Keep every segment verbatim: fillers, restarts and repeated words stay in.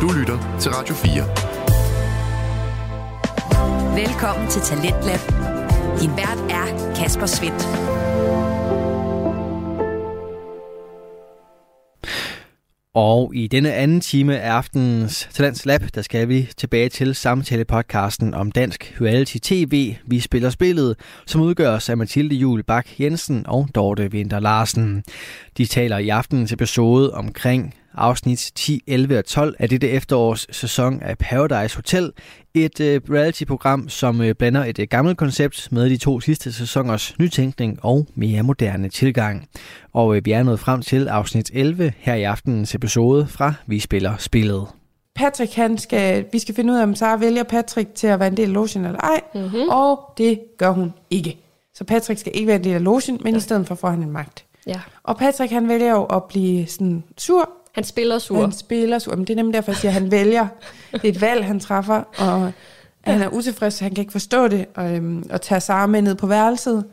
Du lytter til Radio fire. Velkommen til Talentlab. Din vært er Kasper Svendt. Og i denne anden time af aftenens Talentlab, der skal vi tilbage til samtale-podcasten om dansk reality-tv. Vi spiller spillet, som udgøres af Mathilde Juel Bak Jensen og Dorte Winther Larsen. De taler i aftenens episode omkring afsnit ti, elleve og tolv af dette efterårs sæson af Paradise Hotel. Et uh, reality-program, som uh, blander et uh, gammelt koncept med de to sidste sæsoners nytænkning og mere moderne tilgang. Og uh, vi er nået frem til afsnit elleve her i aftenens episode fra Vi spiller spillet. Patrick, han skal, vi skal finde ud af, om Sara vælger Patrick til at være en del af logen eller ej, mm-hmm. og det gør hun ikke. Så Patrick skal ikke være en del af logen, men ja. I stedet for får han en magt. Ja. Og Patrick, han vælger jo at blive sådan sur. Han spiller sur. Han spiller sur, men det er nemlig derfor, jeg siger, at han vælger. Det er et valg, han træffer, og han er utilfreds, han kan ikke forstå det, og, øhm, og tager Sara med ned på værelset,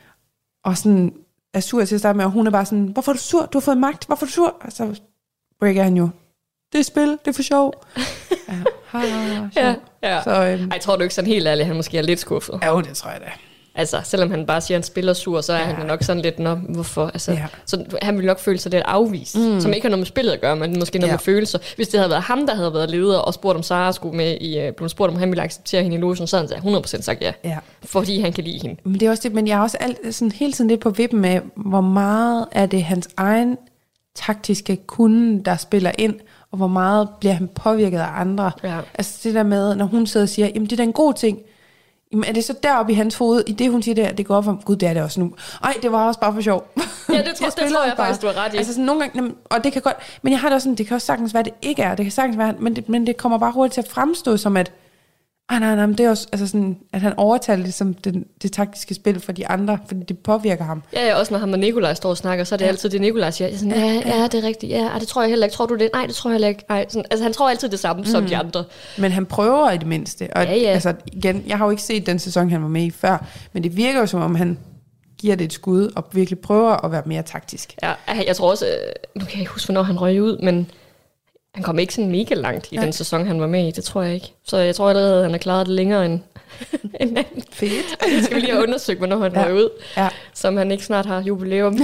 og sådan er sur til at starte med, og hun er bare sådan, hvorfor er du sur? Du har fået magt, hvorfor er du sur? Og så breaker han jo, det er spil, det er for sjov. Ja, ha, ha, ja, ja. Så, øhm, Ej, tror du ikke sådan helt ærligt, han måske er lidt skuffet? Ja, det tror jeg da. Altså, selvom han bare siger, at han spiller sur, så er ja. han nok sådan lidt, nå, hvorfor? Altså, ja. Så han ville nok føle sig lidt afvist, mm. som ikke har noget med spillet at gøre, men måske noget ja. med følelser. Hvis det havde været ham, der havde været leder og spurgt, om Sara skulle med i, blev spurgt, om han ville acceptere hende i logen, så havde han hundrede procent sagt ja, ja, fordi han kan lide hende. Men det er også det, men jeg er også alt, sådan, hele tiden lidt på vippen med, hvor meget er det hans egen taktiske kunde, der spiller ind, og hvor meget bliver han påvirket af andre. Ja. Altså det der med, når hun sidder og siger, jamen det er da en god ting, jamen, er det så deroppe i hans hoved, i det hun siger der, det går op for, gud, det er det også nu. Ej, det var også bare for sjov. Ja, det tror jeg, det tror jeg faktisk, du har ret i. Altså sådan nogle gange, og det kan godt, men jeg har det også sådan, det kan også sagtens være, det ikke er, det kan sagtens være, men det, men det kommer bare hurtigt til at fremstå som, at ah, nej, nej, men det er også, altså sådan, at han overtaler det som det, det taktiske spil for de andre, fordi det påvirker ham. Ja, ja, også når ham og Nikolaj står og snakker, så er det ja. altid det, Nikolaj siger. Jeg sådan, ja, ja, ja, det er rigtigt, ja, det tror jeg heller ikke. Tror du det? Nej, det tror jeg heller ikke. Ej, sådan, altså han tror altid det samme mm. som de andre. Men han prøver i det mindste. Og ja, ja. altså igen, jeg har jo ikke set den sæson, han var med i før, men det virker jo som om, han giver det et skud og virkelig prøver at være mere taktisk. Ja, jeg tror også, nu kan jeg ikke huske, hvornår han røg ud, men han kom ikke sådan mega langt i ja. den sæson, han var med i. Det tror jeg ikke. Så jeg tror allerede, at han har klaret det længere end en anden. Fedt. Og jeg skal lige have undersøgt, hvornår han ja. røg ud. Ja. Som han ikke snart har jubilæum.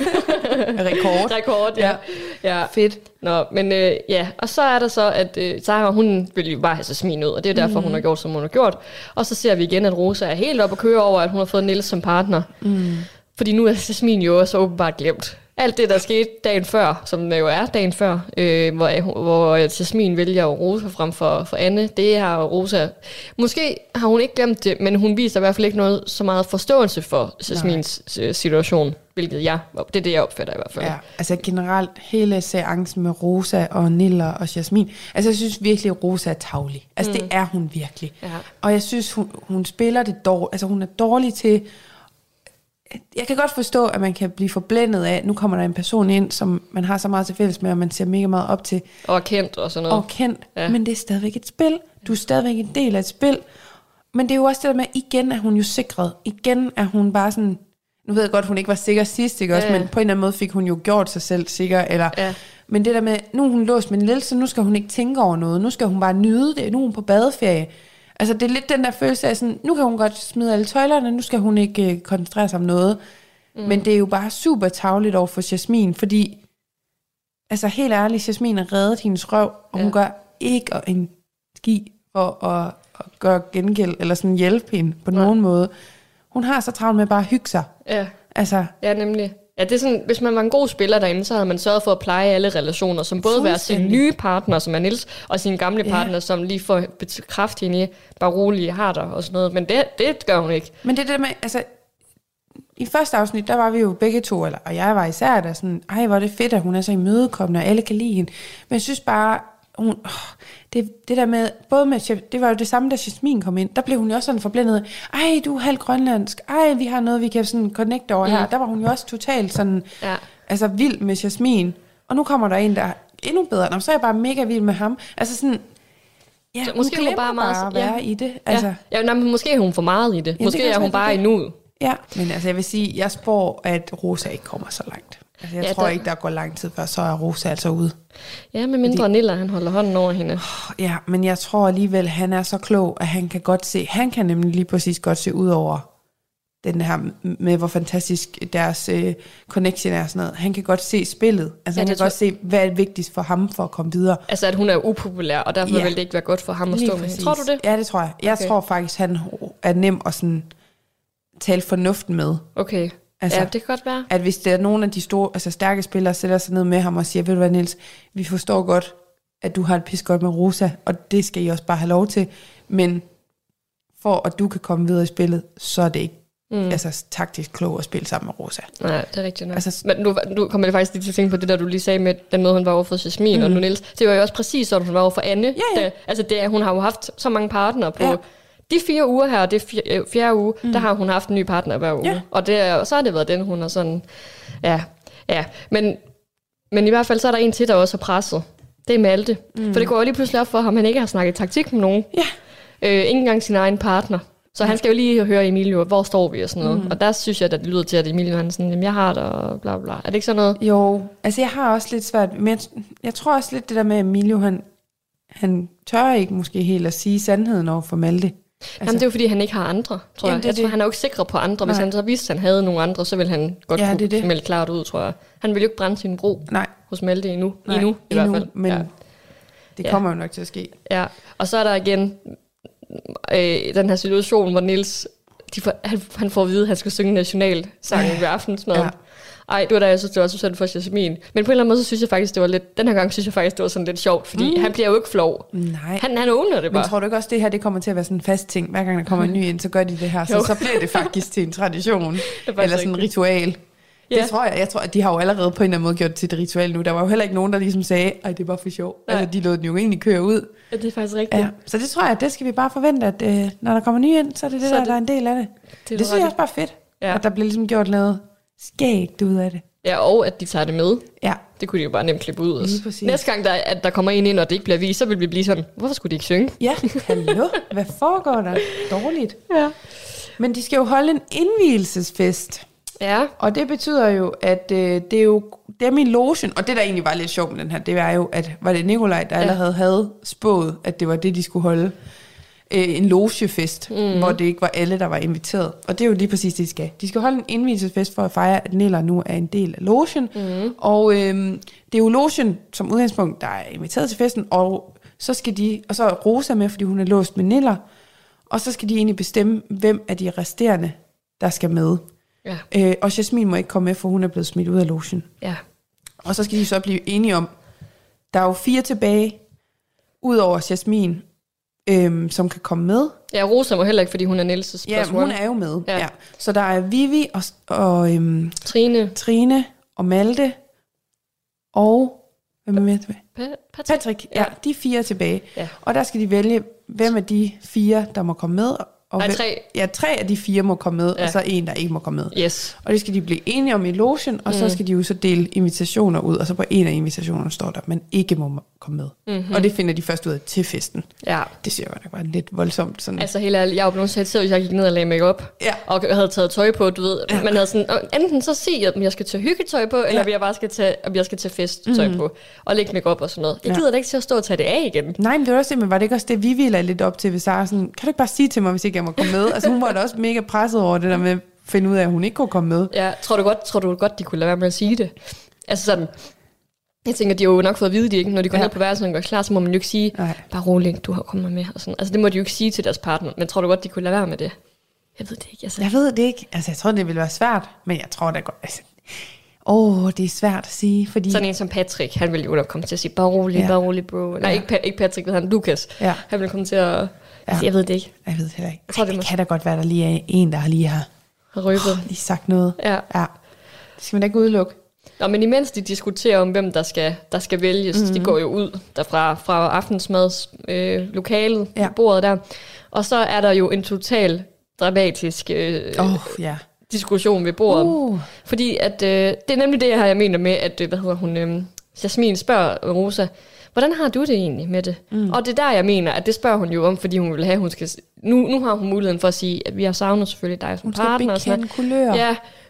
Rekord. Rekord, ja. ja. ja. Fedt. Nå, men øh, ja. Og så er der så, at øh, Sara, hun vil jo bare have sig smin ud. Og det er derfor, mm. hun har gjort, som hun har gjort. Og så ser vi igen, at Rosa er helt op og køre over, at hun har fået Niels som partner. Mm. Fordi nu er Jasmin jo også åbenbart glemt. Alt det, der skete dagen før, som jo er dagen før, øh, hvor, hvor Jasmin vælger Rosa frem for, for Anne, det har Rosa... Måske har hun ikke glemt det, men hun viser i hvert fald ikke noget så meget forståelse for Jasmins Nej. situation, hvilket jeg... Det er det, jeg opfatter i hvert fald. Ja, altså generelt hele seancen med Rosa og Nilla og Jasmin. Altså jeg synes virkelig, at Rosa er tavlig. Altså mm. det er hun virkelig. Ja. Og jeg synes, hun, hun spiller det dårligt. Altså hun er dårlig til... Jeg kan godt forstå, at man kan blive forblændet af, at nu kommer der en person ind, som man har så meget til fælles med, og man ser mega meget op til. Og er kendt og sådan noget. Og kendt, ja. Men det er stadigvæk et spil. Du er stadigvæk en del af et spil. Men det er jo også det der med, igen er hun jo sikret. Igen er hun bare sådan, nu ved jeg godt, hun ikke var sikker sidst, ikke også? Ja. Men på en eller anden måde fik hun jo gjort sig selv sikker. Eller, ja. Men det der med, nu er hun låst med en lille, så nu skal hun ikke tænke over noget. Nu skal hun bare nyde det. Nu er hun på badeferie. Altså det er lidt den der følelse af sådan, nu kan hun godt smide alle tøjlerne, nu skal hun ikke øh, koncentrere sig om noget. Mm. Men det er jo bare super tarveligt over for Jasmin, fordi, altså helt ærligt, Jasmin har reddet hendes røv, og ja. hun gør ikke en ski for at, at gøre gengæld, eller sådan hjælpe hende på ja. nogen måde. Hun har så travlt med bare at hygge sig. Ja, altså, ja nemlig. Ja, det er sådan, hvis man var en god spiller derinde, så havde man sørget for at pleje alle relationer, som både være sin nye partner, som er Niels, og sin gamle ja. partner, som lige får bekræftet hende i, bare rolige har der og sådan noget. Men det, det gør hun ikke. Men det der med, altså, i første afsnit, der var vi jo begge to, eller, og jeg var især der sådan, ej, hvor er det fedt, at hun er så imødekommende, og alle kan lide hende. Men jeg synes bare, hun, åh, det, det der med, både med, det var jo det samme, da Jasmin kom ind, der blev hun jo også sådan forblændet, ej, du er halvt grønlandsk, ej, vi har noget, vi kan sådan connecte over mm. her. Der var hun jo også totalt sådan, ja. altså vild med Jasmin. Og nu kommer der en, der er endnu bedre. Nå, så er jeg bare mega vild med ham. Altså sådan, ja, så måske hun glemmer bare, meget, bare at være ja. i det. Altså, ja, ja nej, men måske er hun for meget i det. Ja, måske det er hun bare i nuet. Ja, men altså jeg vil sige, jeg spår, at Rosa ikke kommer så langt. Altså, jeg ja, tror der... ikke, der går lang tid før, så er Rosa altså ude. Ja, med mindre Fordi... Nilla, han holder hånden over hende. Ja, men jeg tror alligevel, han er så klog, at han kan godt se, han kan nemlig lige præcis godt se ud over den her med, hvor fantastisk deres øh, connection er og sådan noget. Han kan godt se spillet. Altså, ja, han kan tror... godt se, hvad er vigtigst for ham for at komme videre. Altså, at hun er upopulær, og derfor ja. vil det ikke være godt for ham at stå med hende. Tror du det? Ja, det tror jeg. Jeg okay. tror faktisk, han er nem at sådan tale fornuften med. Okay. Altså, ja, det kan godt være. At hvis der er nogle af de store, altså stærke spillere, sætter sig ned med ham og siger, ved du hvad, Niels, vi forstår godt, at du har et pis godt med Rosa, og det skal I også bare have lov til, men for at du kan komme videre i spillet, så er det ikke mm. altså, taktisk klogt at spille sammen med Rosa. Nej, det er rigtigt nok. Altså, men nu, nu kommer jeg faktisk lige til at tænke på det der, du lige sagde med den måde, hun var over for Jasmin mm. og nu Niels. Det var jo også præcis sådan, hun var over for Anne. Ja, ja. Da, altså, det, hun har jo haft så mange partnere på... Ja. De fire uger her, det er fjerde, fjerde uge, mm. der har hun haft en ny partner hver uge. Ja. Og det er, så har det været den, hun er sådan... Ja, ja. Men, men i hvert fald, så er der en til, der også har presset. Det er Malte. Mm. For det går jo lige pludselig op for ham, han ikke har snakket taktik med nogen. Ja. Øh, ikke engang sin egen partner. Så han skal jo lige høre Emilio, hvor står vi og sådan noget. Mm. Og der synes jeg, at det lyder til, at Emilio han er sådan, jamen jeg har det og bla bla. Er det ikke sådan noget? Jo, altså jeg har også lidt svært, men jeg, jeg tror også lidt det der med Emilio, han, han tør ikke måske helt at sige sandheden over for Malte. Altså, jamen det er jo fordi, han ikke har andre, tror jamen, jeg. Jeg tror, det. Han er jo ikke sikker på andre. Hvis Nej. han så vidste, at han havde nogle andre, så ville han godt ja, kunne melde klart ud, tror jeg. Han vil jo ikke brænde sin bro Nej. hos Malte endnu. Nej, endnu, i endnu, hvert fald. Men ja. det kommer ja. jo nok til at ske. Ja, og så er der igen øh, den her situation, hvor Niels, de får, han, han får at vide, at han skal synge nationalsangen ved aftensmaden. Ja. Ej, det var da, jeg synes, det var så sådan for Jasmin. Men på en eller anden måde, så synes jeg faktisk, det var lidt... Den her gang synes jeg faktisk, det var sådan lidt sjovt, fordi mm. han bliver jo ikke flov. Nej. Han, han owner det bare. Men tror du ikke også, det her det kommer til at være sådan en fast ting? Hver gang der kommer en ny ind, så gør de det her. Så, så bliver det faktisk til en tradition. Eller sådan en ritual. Ja. Det tror jeg. Jeg tror, at de har jo allerede på en eller anden måde gjort det til et ritual nu. Der var jo heller ikke nogen, der ligesom sagde, ej, det er bare for sjov. Altså, de lod den jo egentlig køre ud. Ja, det er faktisk rigtigt. Ja. Så det tror jeg, det skal vi bare forvente, at øh, når der kommer ny ind, så er det det, så der, det, der er en del af det. Det, det synes jeg også bare fedt. Ja. At der bliver ligesom gjort noget skægt ud af det. Ja, og at de tager det med. Ja. Det kunne de jo bare nemt klippe ud. Næste gang, der, at der kommer en ind, og det ikke bliver vist, så vil vi blive sådan, hvorfor skulle de ikke synge? Ja, hallo, hvad foregår der? Dårligt. Ja. Men de skal jo holde en indvielsesfest. Ja. Og det betyder jo, at øh, det er jo dem i logen, og det der egentlig var lidt sjovt med den her, det var jo, at var det Nikolaj, der ja. allerede havde spået, at det var det, de skulle holde. Øh, en logefest, mm. hvor det ikke var alle, der var inviteret. Og det er jo lige præcis det, de skal. De skal holde en indvielsesfest for at fejre, at Niller nu er en del af logen. Mm. Og øh, det er jo logen som udgangspunkt, der er inviteret til festen, og så skal de, og så er Rosa med, fordi hun er låst med Niller, og så skal de egentlig bestemme, hvem af de resterende, der skal med. Ja. Øh, og Jasmin må ikke komme med, for hun er blevet smidt ud af logen. Ja. Og så skal de så blive enige om, der er jo fire tilbage, ud over Jasmin, Øhm, som kan komme med. Ja, Rosa må heller ikke, fordi hun er Niels' Ja, hun er jo med. Ja. Ja. Så der er Vivi og, og øhm, Trine. Trine og Malte og hvem er med tilbage? Pa- Patrick. Patrick. Ja, de fire tilbage. Ja. Og der skal de vælge, hvem af de fire, der må komme med. Og Nej, hvem, tre. Ja, tre af de fire må komme med, ja. Og så en, der ikke må komme med. Yes. Og det skal de blive enige om i logen, og mm. så skal de jo så dele invitationer ud, og så på en af invitationerne står der, at man ikke må komme med. Mm-hmm. Og det finder de først ud af til festen. Ja. Det synes jeg var lidt voldsomt. Sådan. Altså helt ærligt, jeg var blevet sat, hvis jeg gik ned og lagde make-up, ja. og havde taget tøj på, du ved. Ja. Man havde sådan, enten så siger jeg, at jeg skal tage hyggetøj på, eller ja. jeg bare skal tage, at jeg skal tage festtøj mm. på, og lægge make-up og sådan noget. Jeg gider ja. da ikke til at stå og tage det af igen. Nej, men det var også det, men var det ikke også det, Vivi lagde lidt op til, hvis Sara sådan, kan du ikke bare sige til mig, hvis ikke jeg må komme med? Altså hun var da også mega presset over det der med at finde ud af, at hun ikke kunne komme med. Ja, tror du godt, tror du godt de kunne lade være med at sige det? Altså sådan, jeg tænker, de har jo nok fået at vide, de ikke, når de går ja. ned på værelsen og gør klar, så må man jo ikke sige, Nej. bare rolig, du har kommet med. Og sådan. Altså det må de jo ikke sige til deres partner, men tror du godt, de kunne lade være med det? Jeg ved det ikke. Altså. Jeg ved det ikke. Altså jeg tror, det ville være svært, men jeg tror da godt, altså, åh, oh, det er svært at sige, fordi... Sådan en som Patrick, han ville jo nok komme til at sige, bare rolig, ja. bare rolig, bro. Nej, ja. ikke, pa- ikke Patrick, ved han, Lukas. Ja. Han ville komme til at... Ja. Altså, jeg ved det ikke. Jeg ved det heller ikke. Jeg tror, det, det kan da godt være, der lige er en, der lige har, har røbet. Oh, lige sagt noget. Ja. ja. Det skal man da ikke udelukke. Nå, men imens de diskuterer om, hvem der skal, der skal vælges, mm-hmm. de går jo ud derfra fra aftensmads øh, lokalet, ja. bordet der. Og så er der jo en total dramatisk øh, oh, ja. diskussion ved bordet. Uh. Fordi at, øh, det er nemlig det her, jeg mener med, at hvad hedder hun, øh, Jasmin spørger Rosa, hvordan har du det egentlig med det? Mm. Og det er der, jeg mener, at det spørger hun jo om, fordi hun vil have, hun skal... Nu, nu har hun muligheden for at sige, at vi har savnet selvfølgelig dig som hun partner. Hun skal bekende kulør. Ja,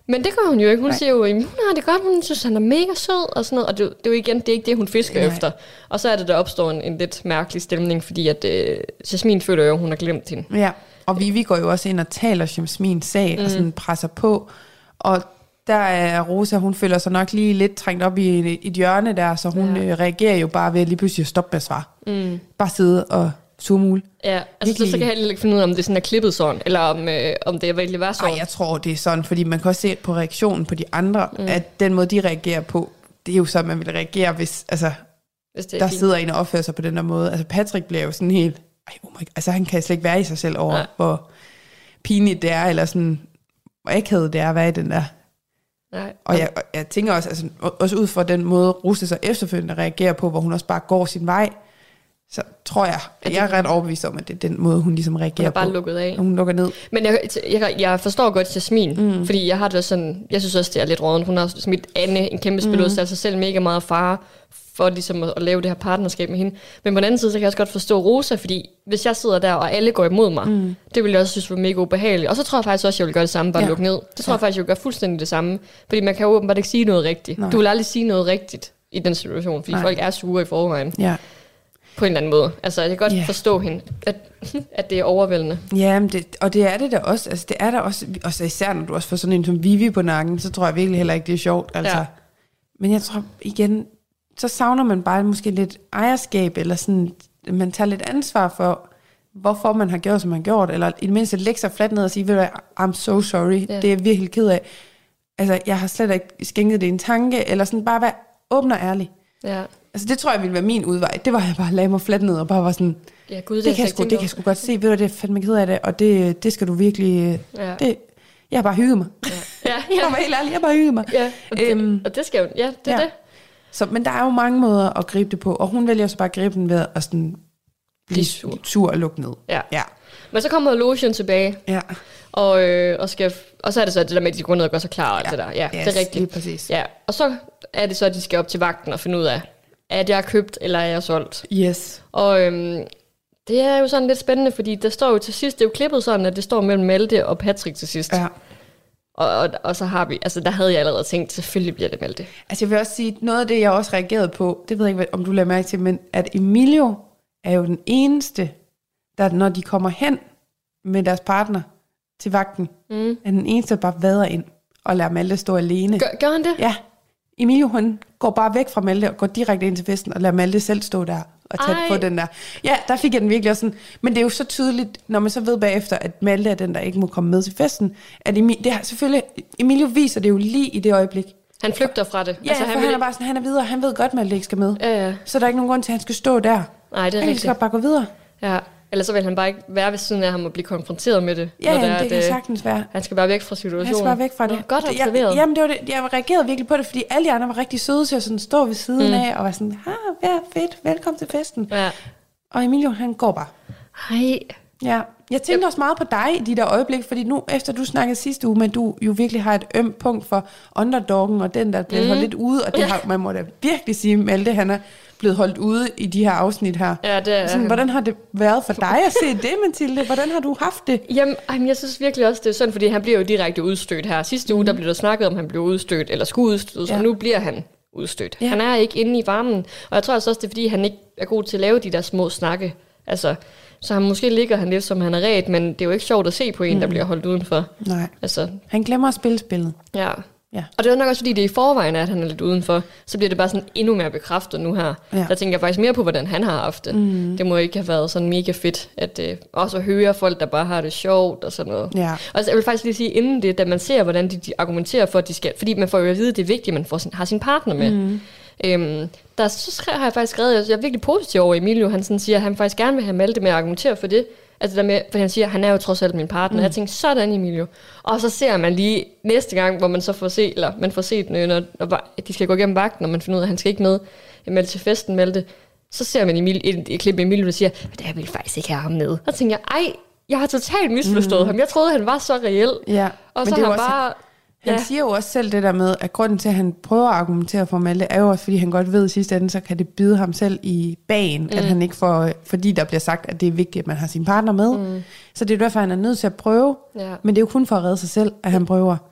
Men det gør hun jo ikke. Hun Nej. siger jo, at hun har det godt, hun synes, han er mega sød og sådan noget. Og det, det er jo igen, det er ikke det, hun fisker Nej. efter. Og så er det, der opstår en, en lidt mærkelig stemning, fordi at øh, Jasmin føler jo, at hun har glemt hende. Ja, og Vivi går jo også ind og taler Jasmins sag mm. og sådan presser på. Og der er Rosa, hun føler sig nok lige lidt trængt op i et, et hjørne der, så hun ja. øh, reagerer jo bare ved at lige pludselig stoppe med at svare. Mm. Bare sidde og surmule. Ja, altså så, så kan jeg heller ikke finde ud af, om det sådan er klippet sådan, eller om, øh, om det virkelig var sådan. Nej, jeg tror, det er sådan, fordi man kan også se på reaktionen på de andre, mm. at den måde, de reagerer på, det er jo sådan, man vil reagere, hvis, altså, hvis der fint. sidder en og opfører sig på den der måde. Altså Patrick bliver jo sådan helt, ej, oh my God, altså han kan slet ikke være i sig selv over, Nej. hvor pinligt det er, eller sådan, hvor akavet det er at være i den der. Nej. Og jeg, jeg tænker også, altså, også ud fra den måde, Rosa så efterfølgende reagerer på, hvor hun også bare går sin vej, så tror jeg, at jeg er ret overbevist om, at det er den måde, hun ligesom reagerer på. Hun er bare lukket af. Hun lukker ned. Men jeg, jeg, jeg forstår godt Jasmin, mm. fordi jeg har det sådan, jeg synes også, det er lidt rådent. Hun har smidt Anne, en kæmpe spiludstillelse, mm. altså selv mega meget fare for ligesom at, at lave det her partnerskab med hende. Men på den anden side, så kan jeg også godt forstå Rosa, fordi hvis jeg sidder der, og alle går imod mig, mm. det ville jeg også synes var mega ubehageligt. Og så tror jeg faktisk også, at jeg vil gøre det samme, bare ja. lukke ned. Det tror ja. jeg faktisk, jeg vil gøre fuldstændig det samme. Fordi man kan jo åbenbart ikke sige noget rigtigt. Nej. Du vil aldrig sige noget rigtigt i den situation, fordi Nej. folk er sure i forvejen. Ja. På en eller anden måde. Altså, jeg kan godt yeah. forstå hende, at, at det er overvældende. Ja, men det, og det er det da også. Altså, det er der også, også især når du også får sådan en som Vivi på nakken, så tror jeg virkelig heller ikke, det er sjovt. Altså. Ja. Men jeg tror igen, så savner man bare måske lidt ejerskab, eller sådan, man tager lidt ansvar for, hvorfor man har gjort, som man har gjort, eller i det mindste lægge sig fladt ned og sige, ved du hvad, I'm so sorry, ja. det er jeg virkelig ked af. Altså, jeg har slet ikke skænket det en tanke, eller sådan bare være åben og ærlig. Ja. Altså det tror jeg ville være min udvej. Det var jeg bare lagde mig fladt ned og bare var sådan, ja, Gud, det, det, kan jeg sgu, det kan jeg sgu godt se, ved du, det er fandme ked af det, og det, det skal du virkelig, ja. det, jeg har bare hygget mig. Ja. Ja, ja. Jeg var helt ærlig, jeg har bare hygget mig. Ja, og, det, øhm, og det skal jo, ja, det er ja. det. Så, men der er jo mange måder at gribe det på, og hun vælger så bare at gribe den ved at sådan blive sur. sur og lukke ned. Ja. ja. Men så kommer Lotion tilbage. Ja. Og, øh, og, skal, og så er det så det der med, at de går ned og gør sig klar og ja. alt det der. Ja, yes, det er rigtigt. Præcis. Ja. Og så er det så, at de skal op til vagten og finde ud af, er jeg købt, eller er jeg solgt? Yes. Og øhm, det er jo sådan lidt spændende, fordi der står jo til sidst, det er jo klippet sådan, at det står mellem Malte og Patrick til sidst. Ja. Og, og, og så har vi, altså der havde jeg allerede tænkt, selvfølgelig bliver det Malte. Altså jeg vil også sige, noget af det, jeg også reagerede på, det ved jeg ikke, om du lader mærke til, men at Emilio er jo den eneste, der når de kommer hen med deres partner til vagten, mm. er den eneste, der bare vader ind og lader Malte stå alene. Gør, gør han det? Ja. Emilio, han går bare væk fra Malte og går direkte ind til festen og lader Malte selv stå der og tage på den der. Ja, der fik jeg den virkelig også sådan. Men det er jo så tydeligt, når man så ved bagefter, at Malte er den, der ikke må komme med til festen. At Emil, det har selvfølgelig, Emilio viser det jo lige i det øjeblik. Han flygter fra det. Ja, altså, han, for han er bare sådan, han er videre, han ved godt, at Malte ikke skal med. Ja, ja. Så der er ikke nogen grund til, at han skal stå der. Nej, det er han rigtigt. Han skal bare gå videre. Ja. Eller så vil han bare ikke være ved siden af ham og blive konfronteret med det. Ja, når jamen, det, er, det kan det, sagtens være. Han skal bare væk fra situationen. Han skal bare væk fra det. Nå, godt observeret. Jeg, jamen, det var det. Jeg reagerede virkelig på det, fordi alle de andre var rigtig søde til at sådan stå ved siden mm. af, og var sådan, ja, fedt, velkommen til festen. Ja. Og Emilio, han går bare. Hej. Ja, jeg tænkte yep. også meget på dig i de der øjeblikke, fordi nu, efter du snakkede sidste uge, men du jo virkelig har et ømt punkt for underdoggen, og den, der bliver mm. holdt lidt ude, og det har, man må da virkelig sige, Malte, han er blevet holdt ude i de her afsnit her. Ja, det er, sådan, hvordan har det været for dig at se det, Mathilde? Hvordan har du haft det? Jamen, jeg synes virkelig også, det er sådan, fordi han bliver jo direkte udstødt her. Sidste uge, mm. der blev der snakket om, han blev udstødt, eller skulle udstødes, ja. og nu bliver han udstødt. Ja. Han er ikke inde i varmen, og jeg tror altså også, det er, fordi han ikke er god til at lave de der små snakke. Altså, så han måske ligger han lidt, som han er ret, men det er jo ikke sjovt at se på en, mm. der bliver holdt udenfor. Nej, altså, han glemmer at spille spillet. Ja. Ja. Og det er nok også fordi det er i forvejen, at han er lidt udenfor. Så bliver det bare sådan endnu mere bekræftet nu her. Ja. Der tænker jeg faktisk mere på, hvordan han har haft det. Mm. Det må ikke have været sådan mega fedt, at øh, også at høre folk, der bare har det sjovt og sådan noget. Ja. Og så jeg vil faktisk lige sige inden det, da man ser, hvordan de, de argumenterer for, at de skal, fordi man får jo at vide, at det er vigtigt, at man får sin, har sin partner med. Mm. Øhm, der så skrev, har jeg faktisk skrevet, jeg er virkelig positiv over Emilio. Han sådan siger, at han faktisk gerne vil have Malte med at argumentere for det. Altså der med, for han siger, han er jo trods alt min partner. Mm. Jeg tænkte, sådan Emilio. Og så ser man lige næste gang, hvor man så får set, eller man får set, når, når de skal gå igennem vagten, når man finder ud af, at han skal ikke med Malte til festen, Malte. Så ser man Emil, et, et klip med Emilio, der siger, at jeg vil faktisk ikke have ham med. Og så tænker jeg, ej, jeg har totalt misforstået mm. ham. Jeg troede, han var så reel. Ja, og så har han bare... Han ja. siger jo også selv det der med, at grunden til, at han prøver at argumentere for Malte, er jo også, fordi han godt ved i sidste ende, så kan det bide ham selv i bagen, mm. at han ikke får, fordi der bliver sagt, at det er vigtigt, at man har sin partner med. Mm. Så det er derfor, han er nødt til at prøve, ja. men det er jo kun for at redde sig selv, at han prøver.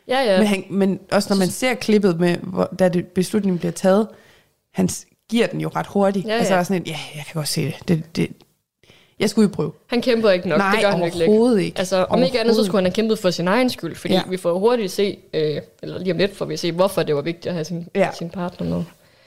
Ja, ja. Men, han, men også når man ser klippet med, hvor, da det, beslutningen bliver taget, han giver den jo ret hurtigt. Ja, ja. Altså sådan et, ja, jeg kan godt se det. det, det jeg skulle jo prøve. Han kæmper ikke nok, Nej, det gør han virkelig ikke. ikke. Altså, om ikke andet, så skulle han have kæmpet for sin egen skyld, fordi ja. vi får hurtigt se, øh, eller lige om lidt får vi se, hvorfor det var vigtigt at have sin, ja. sin partner med.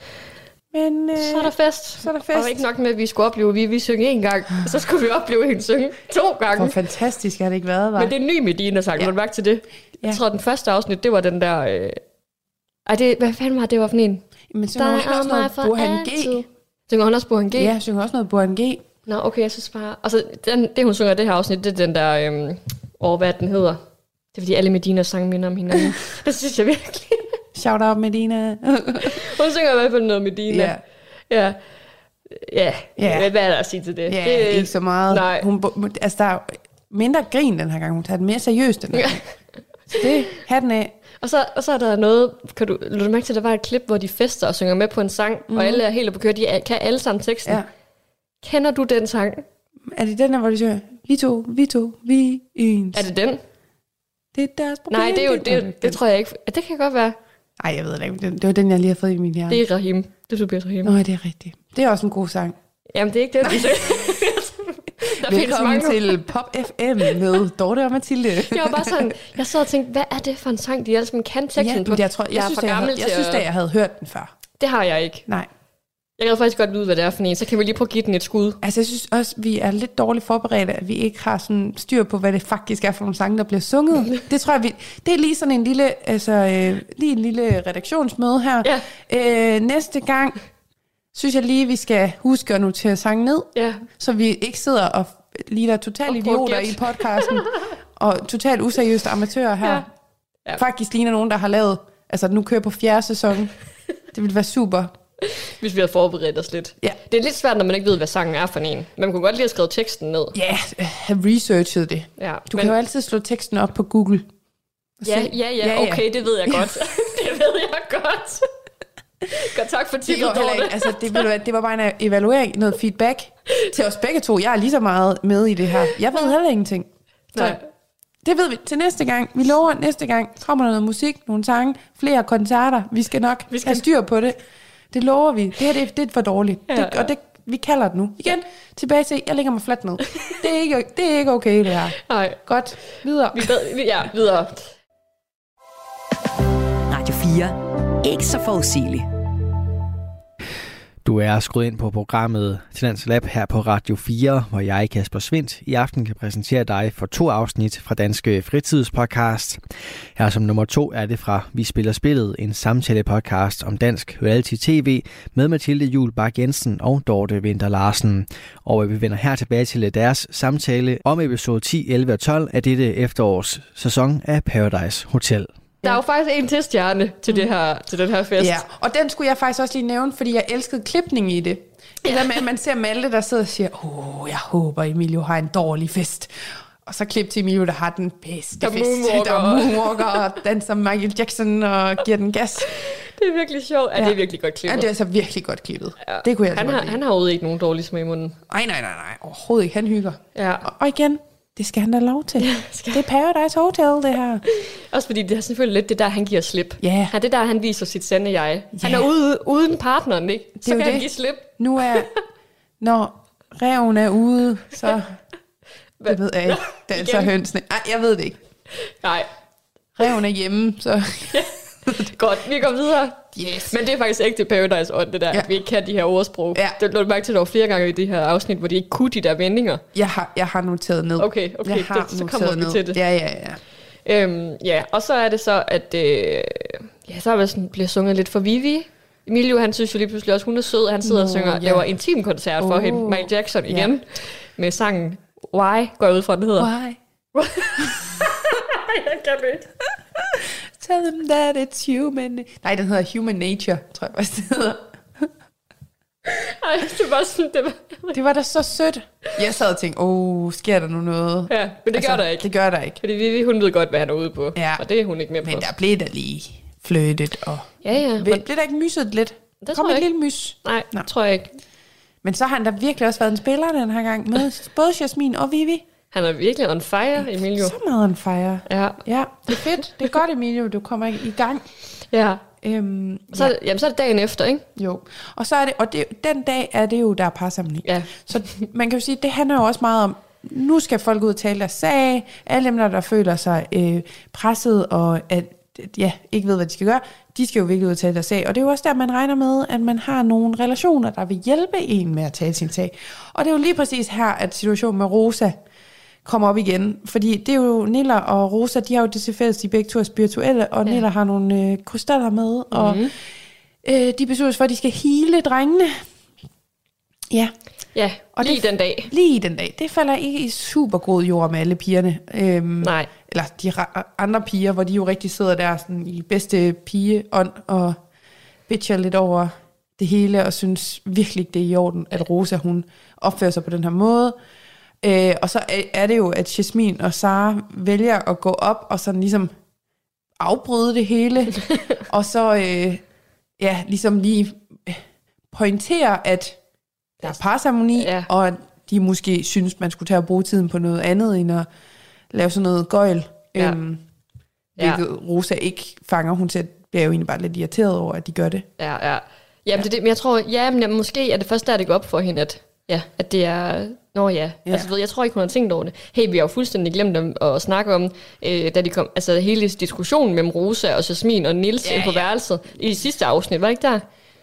Men, øh, så er der fest. Så er der fest. Og ikke nok med, at vi skulle opleve, at vi, vi synge en gang, så skulle vi opleve hende synge to gange. Hvor fantastisk har det ikke været, var. Men det er en ny Medina-sang, ja. Må du mærke til det? Ja. Jeg tror, den første afsnit, det var den der... Øh... Ej, det, hvad fanden var det, var for en? Men synger hun også noget Burhan G? Synger hun også Burhan G? Ja, synger også noget Burhan G. Nå, okay, jeg synes bare... Altså, den, det hun synger i det her afsnit, det er den der... Øhm, åh, hvad den hedder. Det er fordi alle Medinas sange minder om hinanden. Det synes jeg virkelig. Shout out Medina. Hun synger i hvert fald noget Medina. Ja. Ja. Ja, ja. Hvad er der at sige til det? Ja, det ikke så meget. Nej. Hun, altså, der er mindre grin den her gang. Hun tager det mere seriøst den her gang. Så det, hatten af. Og så, og så er der noget, kan du, du mærke til, at der var et klip, hvor de fester og synger med på en sang, mm. og alle er helt på køre, de kan alle sammen teksten. Ja. Kender du den sang? Er det den der, hvor de synger, vi to, vi to, vi ens? Er det den? Det er deres problem. Nej, det er jo, det, det, det tror jeg ikke. Det kan godt være. Nej, jeg ved det ikke. Det var den, jeg lige har fået i min hjerne. Det er Rahim. Det er Tobias Rahim. Nå, det er rigtigt. Det er også en god sang. Jamen, det er ikke det, vi siger. Velkommen til Pop F M med Dorte og Mathilde. Jeg var bare sådan, jeg sad og tænkte, hvad er det for en sang, de alle sammen kan teksten ja, på? Jeg, tror, jeg, jeg, synes, jeg, havde, jeg synes, at jeg havde hørt den før. Det har jeg ikke. Nej. Jeg kan faktisk godt vide, hvad det er for en, så kan vi lige prøve at give den et skud. Altså, jeg synes også, vi er lidt dårligt forberedte, at vi ikke har sådan styr på, hvad det faktisk er for nogle sange, der bliver sunget. Det tror jeg, vi... Det er lige sådan en lille, altså, øh, lige en lille redaktionsmøde her. Ja. Øh, næste gang, synes jeg lige, vi skal huske at notere sange ned, ja. Så vi ikke sidder og ligner totalt idioter i podcasten, og totalt useriøste amatører her. Ja. Ja. Faktisk ligner nogen, der har lavet, altså nu kører på fjerde sæson. Det ville være super. Hvis vi havde forberedt os lidt. Ja. Det er lidt svært, når man ikke ved, hvad sangen er for en. Man kunne godt lige have skrevet teksten ned. Ja, have researchet det. Ja, du men... kan jo altid slå teksten op på Google. Ja, ja, ja, ja, okay, det ved jeg godt. det ved jeg godt. Godt, tak for tippet, Dorte. Altså, det, det, det var bare en evaluering, noget feedback til os begge to. Jeg er lige så meget med i det her. Jeg ved heller ingenting. Så nej. Det ved vi til næste gang. Vi lover, næste gang kommer der noget musik, nogle sange, flere koncerter. Vi skal nok vi skal... have styr på det. Det lover vi. Det her det, det er for dårligt. Ja, det, og det, vi kalder det nu. Igen, tilbage til, jeg lægger mig fladt ned. Det er ikke, det er ikke okay, det her. Nej. Godt. Videre. Vi ved, ja, videre. Radio fire. Ikke så forudsigelig. Du er skruet ind på programmet Talents Lab her på Radio fire, hvor jeg, Kasper Svindt, i aften kan præsentere dig for to afsnit fra Danske Fritidspodcast. Her som nummer to er det fra Vi Spiller Spillet, en samtale-podcast om dansk reality-tv med Mathilde Juhl Bak Jensen og Dorte Winther Larsen. Og vi vender her tilbage til deres samtale om episode ti, elleve og tolv af dette efterårs sæson af Paradise Hotel. Der er jo faktisk en til stjerne til, det her, til den her fest. Ja, og den skulle jeg faktisk også lige nævne, fordi jeg elskede klipningen i det. Det der med, at man ser Malte, der sidder og siger, åh, jeg håber, Emilio har en dårlig fest. Og så klip til Emilio, der har den bedste der fest. Moonwalker. Der moonwalker og danser Michael Jackson og giver den gas. Det er virkelig sjovt. Ja, ja. Det er virkelig godt klippet. Ja, det er altså virkelig godt klippet. Ja. Det kunne jeg han, har, han har overhovedet ikke nogen dårlig smag i munden. Nej, nej, nej, nej. Overhovedet ikke. Han hygger. Ja. Og, og igen... Det skal han da lov til. Ja, det er Paradise Hotel, det her. Også fordi det er selvfølgelig lidt det der, han giver slip. Ja. Yeah. Ja, det der, han viser sit sande jeg. Yeah. Han er ude, uden partneren, ikke? Så kan det. Han give slip. Nu er, når ræven er ude, så... det ved jeg ikke. Det er så hønsene. Nej, jeg ved det ikke. Nej. Ræven er hjemme, så... Godt, vi går videre. Yes. Men det er faktisk ægte Paradise ånd, det der, ja. At vi ikke kan de her ordsprog. Ja. Det lå du mærke til, at der var flere gange i det her afsnit, hvor de ikke kunne de der vendinger. Jeg har, jeg har noteret ned. Okay, okay, det, så kommer vi ned. til det. Ja, ja, ja. Øhm, ja, og så er det så, at øh, ja, så er det sådan, bliver sunget lidt for Vivi. Emilio, han synes jo lige pludselig også, hun er sød. Han sidder oh, og synger, yeah. laver intimkoncert for oh. hende. Michael Jackson igen. Yeah. Med sangen Why, går jeg ud fra, den hedder. Why? Jeg kan ikke. Tell them that it's human... Nej, den hedder Human Nature, tror jeg faktisk, det hedder. Ej, det var sådan, det var... det var da så sødt. Jeg sad og tænkte, åh, oh, sker der nu noget? Ja, men det altså, gør der ikke. Det gør der ikke. Fordi Vivi, hun ved godt, hvad han er ude på. Ja. Og det er hun ikke med på. Men der blev der lige fløjtet og... Ja, ja. Men... Blev der ikke myset lidt? Det kom tror jeg et ikke. lille mys. Nej, det tror jeg ikke. Men så har han da virkelig også været en spiller den her gang, med både Jasmin og Vivi. Han er virkelig on fire, Emilio. Så meget on fire. Ja. Ja, det er fedt. Det er godt, Emilio, du kommer i gang. Ja. Øhm, så, ja. er det, jamen, så er det dagen efter, ikke? Jo. Og så er det, og det, den dag er det jo, der er parsamling. Ja. Så man kan jo sige, det handler jo også meget om, nu skal folk ud og tale deres sag. Alle dem, der, der føler sig øh, presset og at, ja, ikke ved, hvad de skal gøre, de skal jo virkelig ud og tale deres sag. Og det er jo også der, man regner med, at man har nogle relationer, der vil hjælpe en med at tale sin sag. Og det er jo lige præcis her, at situationen med Rosa kommer op igen. Fordi det er jo, Niller og Rosa, de har jo det til fælles, de begge to er spirituelle, og ja. Niller har nogle øh, krystaller med, og mm-hmm. øh, de besluttes for, at de skal hele drengene. Ja. Ja, og lige det, den dag. Lige den dag. Det falder ikke i super god jord med alle pigerne. Øhm, Nej. Eller de andre piger, hvor de jo rigtig sidder der sådan, i bedste pigeånd og bitcher lidt over det hele, og synes virkelig, det er i orden, at Rosa, hun opfører sig på den her måde. Øh, og så er det jo, at Jasmin og Sara vælger at gå op og sådan ligesom afbryde det hele, og så øh, ja, ligesom lige pointere, at der er parceremoni, ja. Og at de måske synes, man skulle tage at bruge tiden på noget andet, end at lave sådan noget gøjl. Ja. Øhm, hvilket ja. Rosa ikke fanger. Hun ser, bliver jo egentlig bare lidt irriteret over, at de gør det. Ja, ja. Jamen, ja. Det, det, men jeg tror, ja, men jamen, måske er det først der, det går op for hende, at, ja, at det er... Nå ja, ja. Altså, ved, jeg tror ikke, hun har tænkt over det. Hey, vi har jo fuldstændig glemt at, at snakke om, øh, da de kom, altså hele diskussionen mellem Rosa og Jasmin og Niels ja, på ja. værelset i sidste afsnit, var det ikke der?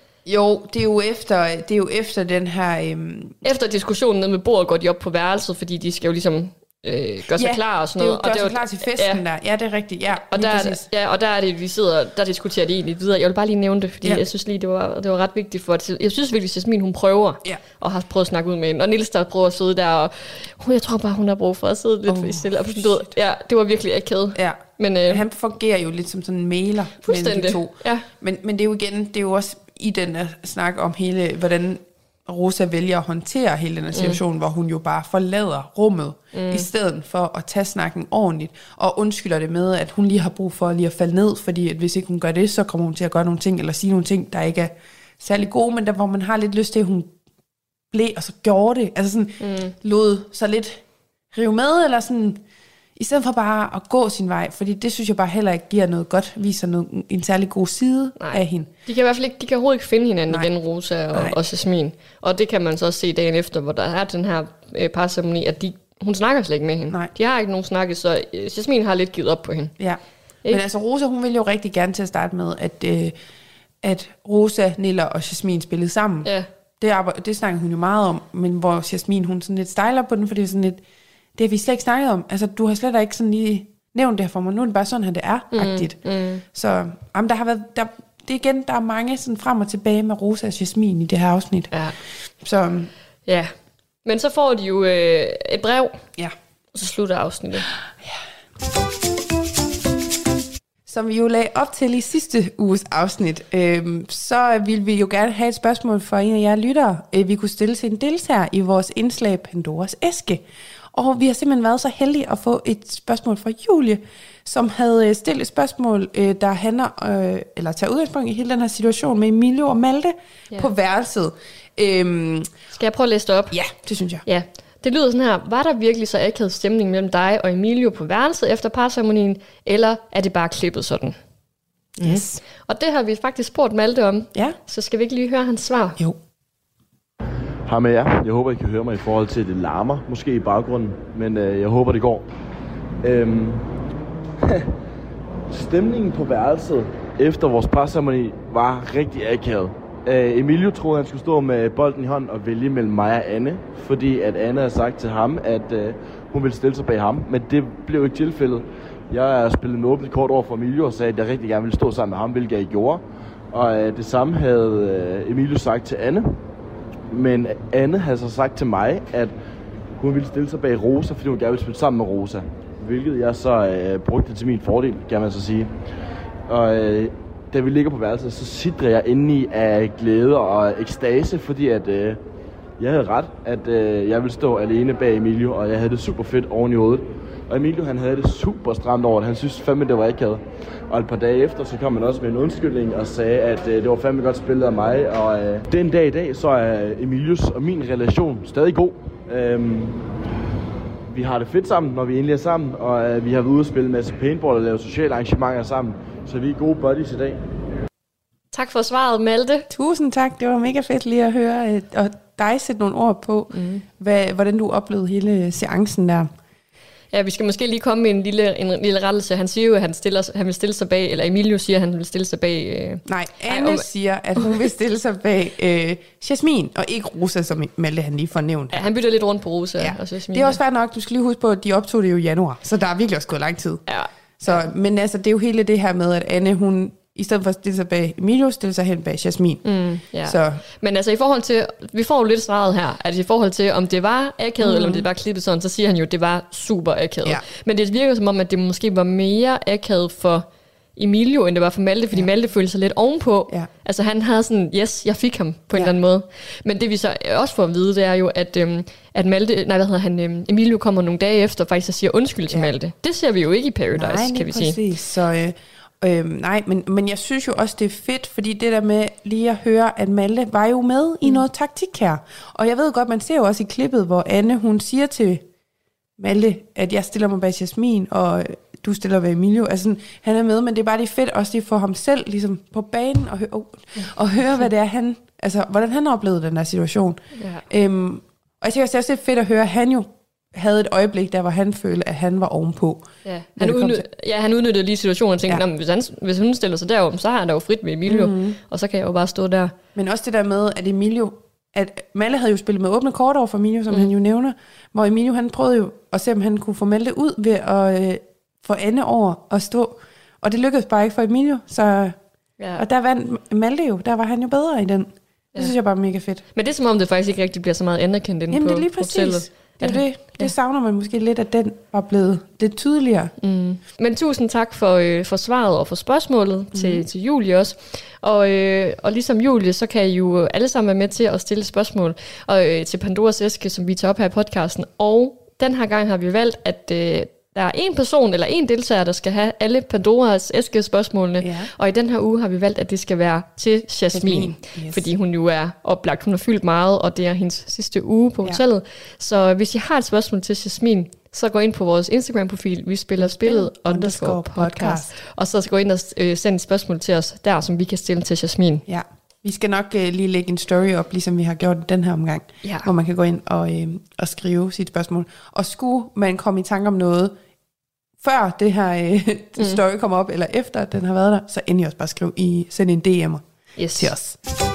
Jo, det er jo efter, det er jo efter den her... Øhm... Efter diskussionen nede med bordet går de op på værelset, fordi de skal jo ligesom øh, gøre sig ja, klar og sådan noget. Ja, og det gør sig klar til festen ja. der. Ja, det er rigtigt. Ja, og, der er, ja, og der er det, vi sidder, der diskuterer de egentlig videre. Jeg vil bare lige nævne det, fordi ja. jeg synes lige, det var, det var ret vigtigt for at jeg synes virkelig, at Jasmin, hun prøver ja. og har prøvet at snakke ud med hende. Og Niels, der prøver at sidde der, og oh, jeg tror bare, hun har brug for at sidde lidt oh, stille. Og ja, det var virkelig akavet. Ja. Men øh, han fungerer jo lidt som sådan en mailer mellem de to. Ja. Men, men det er jo igen, det er jo også i den der snak om hele, hvordan Rosa vælger at håndtere hele den her situation, mm. hvor hun jo bare forlader rummet, mm. i stedet for at tage snakken ordentligt, og undskylder det med, at hun lige har brug for lige at falde ned, fordi at hvis ikke hun gør det, så kommer hun til at gøre nogle ting, eller sige nogle ting, der ikke er særlig gode, men der hvor man har lidt lyst til, at hun blev, og så gjorde det, altså sådan, mm. lod så lidt rive med, eller sådan, i stedet for bare at gå sin vej, fordi det synes jeg bare heller ikke giver noget godt, viser noget, en særlig god side Nej. af hende. De kan i hvert fald ikke, de kan overhovedet ikke finde hinanden Nej. igen, Rosa og, og Jasmin. Og det kan man så også se dagen efter, hvor der er den her øh, parceremoni, at de, hun snakker slet ikke med hende. Nej. De har ikke nogen snakke, så øh, Jasmin har lidt givet op på hende. Ja, ikke? Men altså Rosa, hun ville jo rigtig gerne til at starte med, at, øh, at Rosa, Niller og Jasmin spillede sammen. Ja. Det, det snakker hun jo meget om, men hvor Jasmin, hun sådan lidt stejler på den, fordi det er sådan lidt, det har vi slet ikke snakket om. Altså, du har slet ikke sådan lige nævnt det her for mig. Nu er det bare sådan, at det er, agtigt. Mm, mm. Så jamen, der har været, der, det igen, der er mange sådan frem og tilbage med Rosa og Jasmin i det her afsnit. Ja. Så, ja. Men så får de jo øh, et brev, ja. og så slutter afsnittet. Ja. Som vi jo lagde op til i sidste uges afsnit, øh, så ville vi jo gerne have et spørgsmål fra en af jer lyttere, øh, vi kunne stille til en deltager i vores indslag Pandoras æske. Og vi har simpelthen været så heldige at få et spørgsmål fra Julie, som havde stillet et spørgsmål, øh, der handler, øh, eller tager udgangspunkt i hele den her situation med Emilio og Malte ja. på værelset. Øhm, Skal jeg prøve at læse det op? Ja, det synes jeg. Ja. Det lyder sådan her: var der virkelig så akavet stemning mellem dig og Emilio på værelset efter parceremonien, eller er det bare klippet sådan? Yes. Og det har vi faktisk spurgt Malte om, ja. så skal vi ikke lige høre hans svar? Jo. Hej med jer. Jeg håber, I kan høre mig i forhold til, at det larmer, måske i baggrunden, men øh, jeg håber, det går. Øhm. Stemningen på værelset efter vores parceremoni var rigtig akavet. Øh, Emilio troede, han skulle stå med bolden i hånden og vælge mellem mig og Anne, fordi at Anne havde sagt til ham, at øh, hun ville stille sig bag ham, men det blev ikke tilfældet. Jeg spillede med åbent kort over for Emilio og sagde, at jeg rigtig gerne ville stå sammen med ham, hvilket jeg gjorde. Og øh, det samme havde øh, Emilio sagt til Anne. Men Anne havde så sagt til mig, at hun ville stille sig bag Rosa, fordi hun gerne ville spille sammen med Rosa. Hvilket jeg så øh, brugte til min fordel, kan man så sige. Og øh, da vi ligger på værelset, så sidder jeg inde i af glæde og ekstase, fordi at øh, jeg havde ret, at øh, jeg ville stå alene bag Emilio, og jeg havde det super fedt oven i hovedet. Og Emilio, han havde det super stramt over det. Han synes fandme, det var akavet. Og et par dage efter, så kom han også med en undskyldning og sagde, at øh, det var fandme godt spillet af mig. Og øh, den dag i dag, så er Emilius og min relation stadig god. Øhm, vi har det fedt sammen, når vi endelig er sammen, og øh, vi har været ude og spille en masse paintball og lave sociale arrangementer sammen, så vi er gode buddies i dag. Tak for svaret, Malte. Tusind tak, det var mega fedt lige at høre, øh, og dig sætte nogle ord på, mm. hvad, hvordan du oplevede hele seancen der. Ja, vi skal måske lige komme med en lille, en lille rettelse. Han siger jo, at han, stiller, han vil stille sig bag, eller Emilio siger, at han vil stille sig bag... Øh, Nej, Anne ej, om, siger, at hun vil stille sig bag øh, Jasmin, og ikke Rosa, som Malte han lige får nævnt. Ja, han bytter lidt rundt på Rosa ja. og Jasmin. Det er også svært nok, du skal lige huske på, at de optog det jo i januar, så der er virkelig også gået lang tid. Ja. Så, men altså, det er jo hele det her med, at Anne, hun i stedet for at stille sig bag Emilio, stille sig hen bag Jasmin. Mm, ja. Så. Men altså i forhold til, vi får jo lidt svaret her, at i forhold til, om det var akavet, mm. eller om det var klippet sådan, så siger han jo, at det var super akavet. Ja. Men det virker som om, at det måske var mere akavet for Emilio, end det var for Malte, fordi ja. Malte følte sig lidt ovenpå. Ja. Altså han havde sådan, yes, jeg fik ham på en ja. eller anden måde. Men det vi så også får at vide, det er jo, at, øhm, at Malte, nej, hvad hedder han, øhm, Emilio kommer nogle dage efter, faktisk og siger undskyld til ja. Malte. Det ser vi jo ikke i Paradise, nej, kan vi præcis. sige. Så, øh, øh, nej, men, men jeg synes jo også, det er fedt, fordi det der med lige at høre, at Malte var jo med mm. i noget taktik her. Og jeg ved godt, man ser jo også i klippet, hvor Anne, hun siger til Malte, at jeg stiller mig bag Jasmin, og du stiller bag Emilio. Altså sådan, han er med, men det er bare lige fedt også lige for ham selv, ligesom på banen, og, hø- oh, og høre, hvad det er, han, altså, hvordan han oplevede den der situation. Ja. Øhm, og jeg synes også, det er også fedt at høre, at han jo havde et øjeblik, der hvor han følte, at han var ovenpå. Ja, han, udny- ja, han udnyttede lige situationen og tænkte, ja. hvis, han, hvis hun stiller sig derom, så har han da jo frit med Emilio, mm-hmm. og så kan jeg jo bare stå der. Men også det der med, at Emilio, at Malle havde jo spillet med åbne kort over for Emilio, som mm. han jo nævner, hvor Emilio, han prøvede jo at se, om han kunne få Malte ud ved at øh, få Anne over og stå. Og det lykkedes bare ikke for Emilio, så... Ja. Og der vandt Malte jo, der var han jo bedre i den. Det ja. synes jeg bare er mega fedt. Men det er som om, det faktisk ikke rigtig bliver så meget anerkendt inde Jamen, på det er lige præcis. Det, det, det, det ja. savner man måske lidt, at den var blevet lidt tydeligere. Mm. Men tusind tak for, øh, for svaret og for spørgsmålet mm. til, til Julie også. Og, øh, og ligesom Julie, så kan I jo alle sammen være med til at stille spørgsmål og, øh, til Pandoras æske, som vi tager op her i podcasten. Og den her gang har vi valgt, at... Øh, der er en person eller en deltager, der skal have alle Pandoras æske spørgsmålene. Ja. Og i den her uge har vi valgt, at det skal være til Jasmin. Yes. Fordi hun jo er oplagt. Hun har fyldt meget, og det er hendes sidste uge på hotellet. Ja. Så hvis I har et spørgsmål til Jasmin, så gå ind på vores Instagram-profil, vi spiller spillet underscore podcast. Og så gå ind og øh, sende et spørgsmål til os der, som vi kan stille til Jasmin. Ja. Vi skal nok øh, lige lægge en story op, ligesom vi har gjort i den her omgang, ja. hvor man kan gå ind og, øh, og skrive sit spørgsmål. Og skulle man komme i tanke om noget, før det her øh, mm. story kommer op, eller efter den har været der, så endelig også bare skriv i, send en D M'er yes. til os.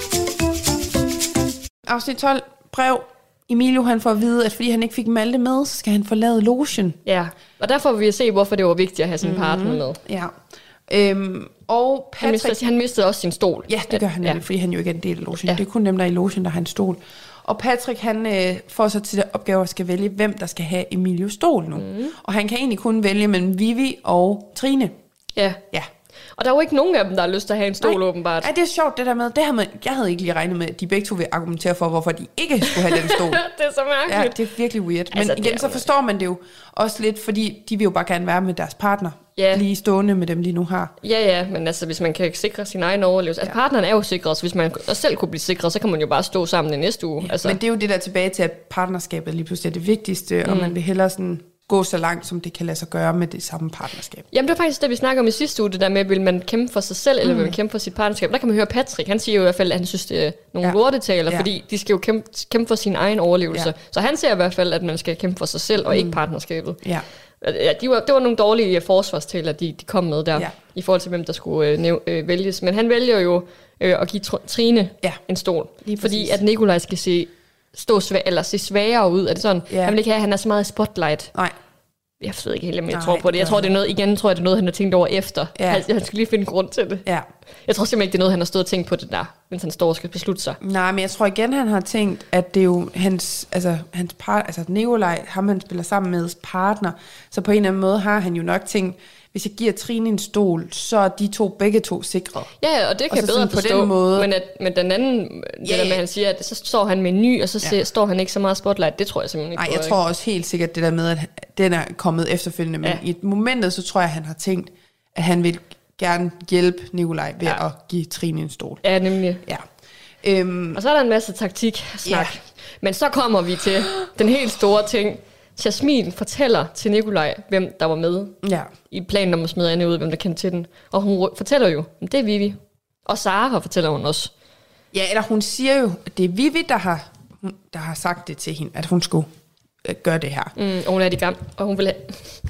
Afsnit tolv, brev. Emilio, han får at vide, at fordi han ikke fik Malte med, så skal han forlade logen. Ja, og der får vi at se, hvorfor det var vigtigt at have sin mm-hmm. partner med. Ja. Øhm, og Patrick, han, mistede, han mistede også sin stol. Ja, det gør han nemlig, ja. fordi han jo ikke er en del af logen. Ja. Det er kun dem, der er i logen, der har en stol. Og Patrick, han øh, får så til opgave at skal vælge, hvem der skal have Emilios stol nu. Mm. Og han kan egentlig kun vælge mellem Vivi og Trine. Ja. Ja. Og der er jo ikke nogen af dem, der har lyst til at have en stol, Nej. åbenbart. Ja, det er sjovt, det der med. Det her med, jeg havde ikke lige regnet med, at de begge to vil argumentere for, hvorfor de ikke skulle have den stol. Det er så mærkeligt. Ja, det er virkelig weird. Men altså, igen, så forstår man det jo også lidt, fordi de vil jo bare gerne være med deres partner. Ja. Lige stående med dem, de nu har. Ja, ja, men altså, hvis man kan sikre sin egen overlevelse. Altså, ja. partneren er jo sikret, så hvis man selv kunne blive sikret, så kan man jo bare stå sammen i næste uge. Ja, altså. Men det er jo det der tilbage til, at partnerskabet lige pludselig er det vigtigste, mm. og man vil hellere sådan gå så langt, som det kan lade sig gøre med det samme partnerskab. Jamen, det var faktisk det, vi snakker om i sidste uge, det der med, vil man kæmpe for sig selv, eller mm. vil man kæmpe for sit partnerskab? Der kan man høre Patrick, han siger jo i hvert fald, at han synes, det er nogle ja. lortetaler, ja. fordi de skal jo kæmpe, kæmpe for sin egen overlevelse. Ja. Så han siger i hvert fald, at man skal kæmpe for sig selv, og mm. ikke partnerskabet. Ja. Ja, de var, det var nogle dårlige forsvarstaler, de, de kom med der, ja. i forhold til, hvem der skulle øh, næv, øh, vælges. Men han vælger jo øh, at give Trine ja. en stol, fordi at Nikolaj skal se, stå svag, eller se svagere ud. Er det sådan? Ja. Han vil ikke have, at han er så meget spotlight. Nej. Jeg ved ikke helt, om jeg Nej, tror på det. Jeg tror, det er noget, igen tror jeg, det er noget, han har tænkt over efter. Ja. Han, han skal lige finde grund til det. Ja. Jeg tror simpelthen ikke, det er noget, han har stået og tænkt på det der, mens han står og skal beslutte sig. Nej, men jeg tror igen, han har tænkt, at det er jo hans, altså, hans part, altså Nikolaj, ham han spiller sammen med partner, så på en eller anden måde har han jo nok tænkt, hvis jeg giver Trine en stol, så er de to begge to sikret. Ja, og det kan og jeg bedre forstå, på den måde, men, at, men den anden, det yeah. der med, at han siger, at så står han med en ny, og så ja. står han ikke så meget spotlight, det tror jeg simpelthen ikke. Nej, jeg på, tror ikke. også helt sikkert det der med, at den er kommet efterfølgende, men ja. i et momentet, så tror jeg, at han har tænkt, at han vil gerne hjælpe Nikolaj ved ja. at give Trine en stol. Ja, nemlig. Ja. Øhm, og så er der en masse taktik-snak. Ja. Men så kommer vi til den helt store ting, Jasmin fortæller til Nikolaj, hvem der var med Ja. i planen om at smide Anne ud, hvem der kendte til den. Og hun fortæller jo, det er Vivi. Og Sara fortæller hun også. Ja, eller hun siger jo, at det er Vivi, der har, der har sagt det til hende, at hun skulle øh, gøre det her. Mm, og, hun er de gamle, og, hun vil have,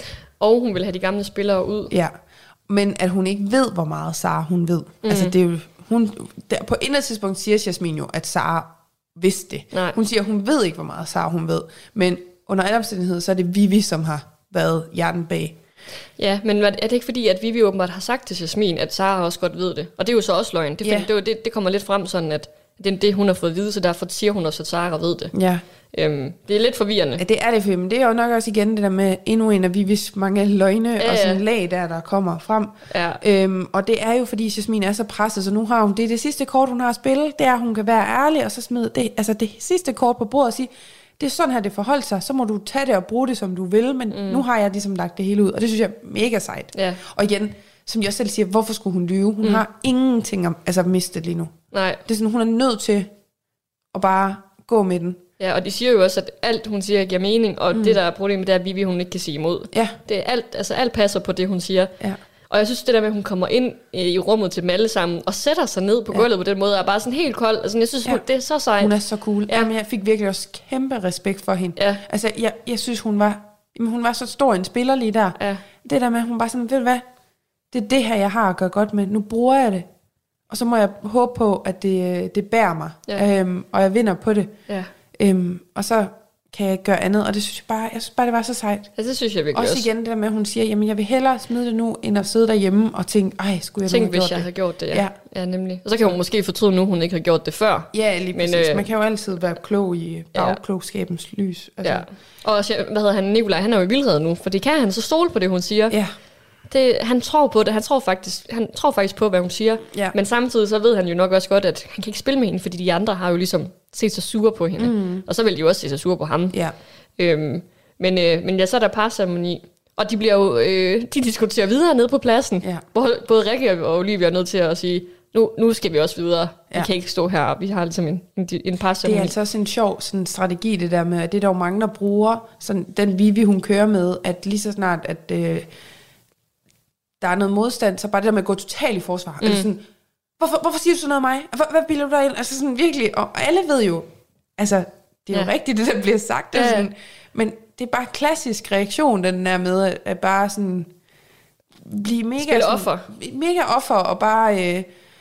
og hun vil have de gamle spillere ud. Ja, men at hun ikke ved, hvor meget Sara hun ved. Mm. Altså det er jo, hun, der, på et eller andet tidspunkt siger Jasmin jo, at Sara vidste det. Nej. Hun siger, at hun ved ikke, hvor meget Sara hun ved. Men under alle omstændigheder, så er det Vivi, som har været hjernen bag. Ja, men er det ikke fordi, at Vivi åbenbart har sagt til Jasmin, at Sara også godt ved det? Og det er jo så også løgn. Det, Ja. find, det, det, det kommer lidt frem sådan, at det er det, hun har fået at vide, så derfor siger hun også, at Sara ved det. Ja. Øhm, det er lidt forvirrende. Ja, det er det for men det er jo nok også igen det der med endnu en af Vivis mange løgne Ja, og sådan ja. lag der, der kommer frem. Ja. Øhm, og det er jo fordi Jasmin er så presset, så nu har hun, det er det sidste kort, hun har at spille, det er, at hun kan være ærlig, og så smide det, altså det sidste kort på bordet og sige, det er sådan her, det forholdt sig, så må du tage det og bruge det, som du vil, men mm. nu har jeg ligesom lagt det hele ud, og det synes jeg er mega sejt. Ja. Og igen, som jeg selv siger, hvorfor skulle hun lyve? Hun mm. har ingenting om, altså mistet lige nu. Nej. Det er sådan, hun er nødt til at bare gå med den. Ja, og de siger jo også, at alt, hun siger, giver mening, og mm. det, der er problemet, det er, at Vivi, hun ikke kan sige imod. Ja. Det er alt, altså alt passer på det, hun siger. Ja. Og jeg synes, det der med, at hun kommer ind i rummet til dem alle sammen, og sætter sig ned på Ja. gulvet på den måde, er bare sådan helt kold. Altså, jeg synes, Ja. hun, det er så sejt. Hun er så cool. Ja. Jamen, jeg fik virkelig også kæmpe respekt for hende. Ja. Altså, jeg, jeg synes, hun var, jamen, hun var så stor en spiller lige der. Ja. Det der med, hun var sådan, ved du hvad, det er det her, jeg har at gøre godt med. Nu bruger jeg det. Og så må jeg håbe på, at det, det bærer mig. Ja. Øhm, og jeg vinder på det. Ja. Øhm, og så kan jeg ikke gøre andet. Og det synes jeg bare, jeg synes bare, det var så sejt. Ja, det synes jeg virkelig Også, også. igen det der med, at hun siger, jamen jeg vil hellere smide det nu, end at sidde derhjemme og tænke, ej, skulle jeg Tænk, nu have hvis gjort jeg det? havde gjort det, ja. Ja. ja. nemlig. Og så kan hun måske fortryde nu, hun ikke har gjort det før. Ja, lige Men, præcis. øh, Man kan jo altid være klog i bagklogskabens lys. Altså. Ja. Og så- hvad hedder han, Nikolaj, han er jo i vildhed nu, for det kan han så stole på det, hun siger. Ja. Det, han tror på det, han tror, faktisk, han tror faktisk på, hvad hun siger. Ja. Men samtidig så ved han jo nok også godt, at han kan ikke spille med hende, fordi de andre har jo ligesom set sig sure på hende. Mm. Og så vil de jo også se sig sure på ham. Ja. Øhm, men, øh, men ja, så er der parceremoni, og de bliver jo, øh, de diskuterer videre nede på pladsen, Ja. hvor både Rikke og Olivia er nødt til at sige, nu, nu skal vi også videre, vi Ja. kan ikke stå her, vi har ligesom en, en, en Det parceremoni. er altså også en sjov sådan, strategi, det der med, at det er der jo mange, der bruger, sådan, den Vivi, hun kører med, at lige så snart, at øh, der er noget modstand, så bare det der med at gå totalt i forsvar. Mm. Eller sådan, hvorfor, hvorfor siger du sådan noget af mig? Hvad, hvad bilder du dig ind? Altså sådan virkelig, og alle ved jo, altså, det er jo Ja. rigtigt, det der bliver sagt. Det er Ja, ja. sådan, men det er bare en klassisk reaktion, den der med, at, at bare sådan, blive mega... Spille sådan, offer. Mega offer, og bare øh,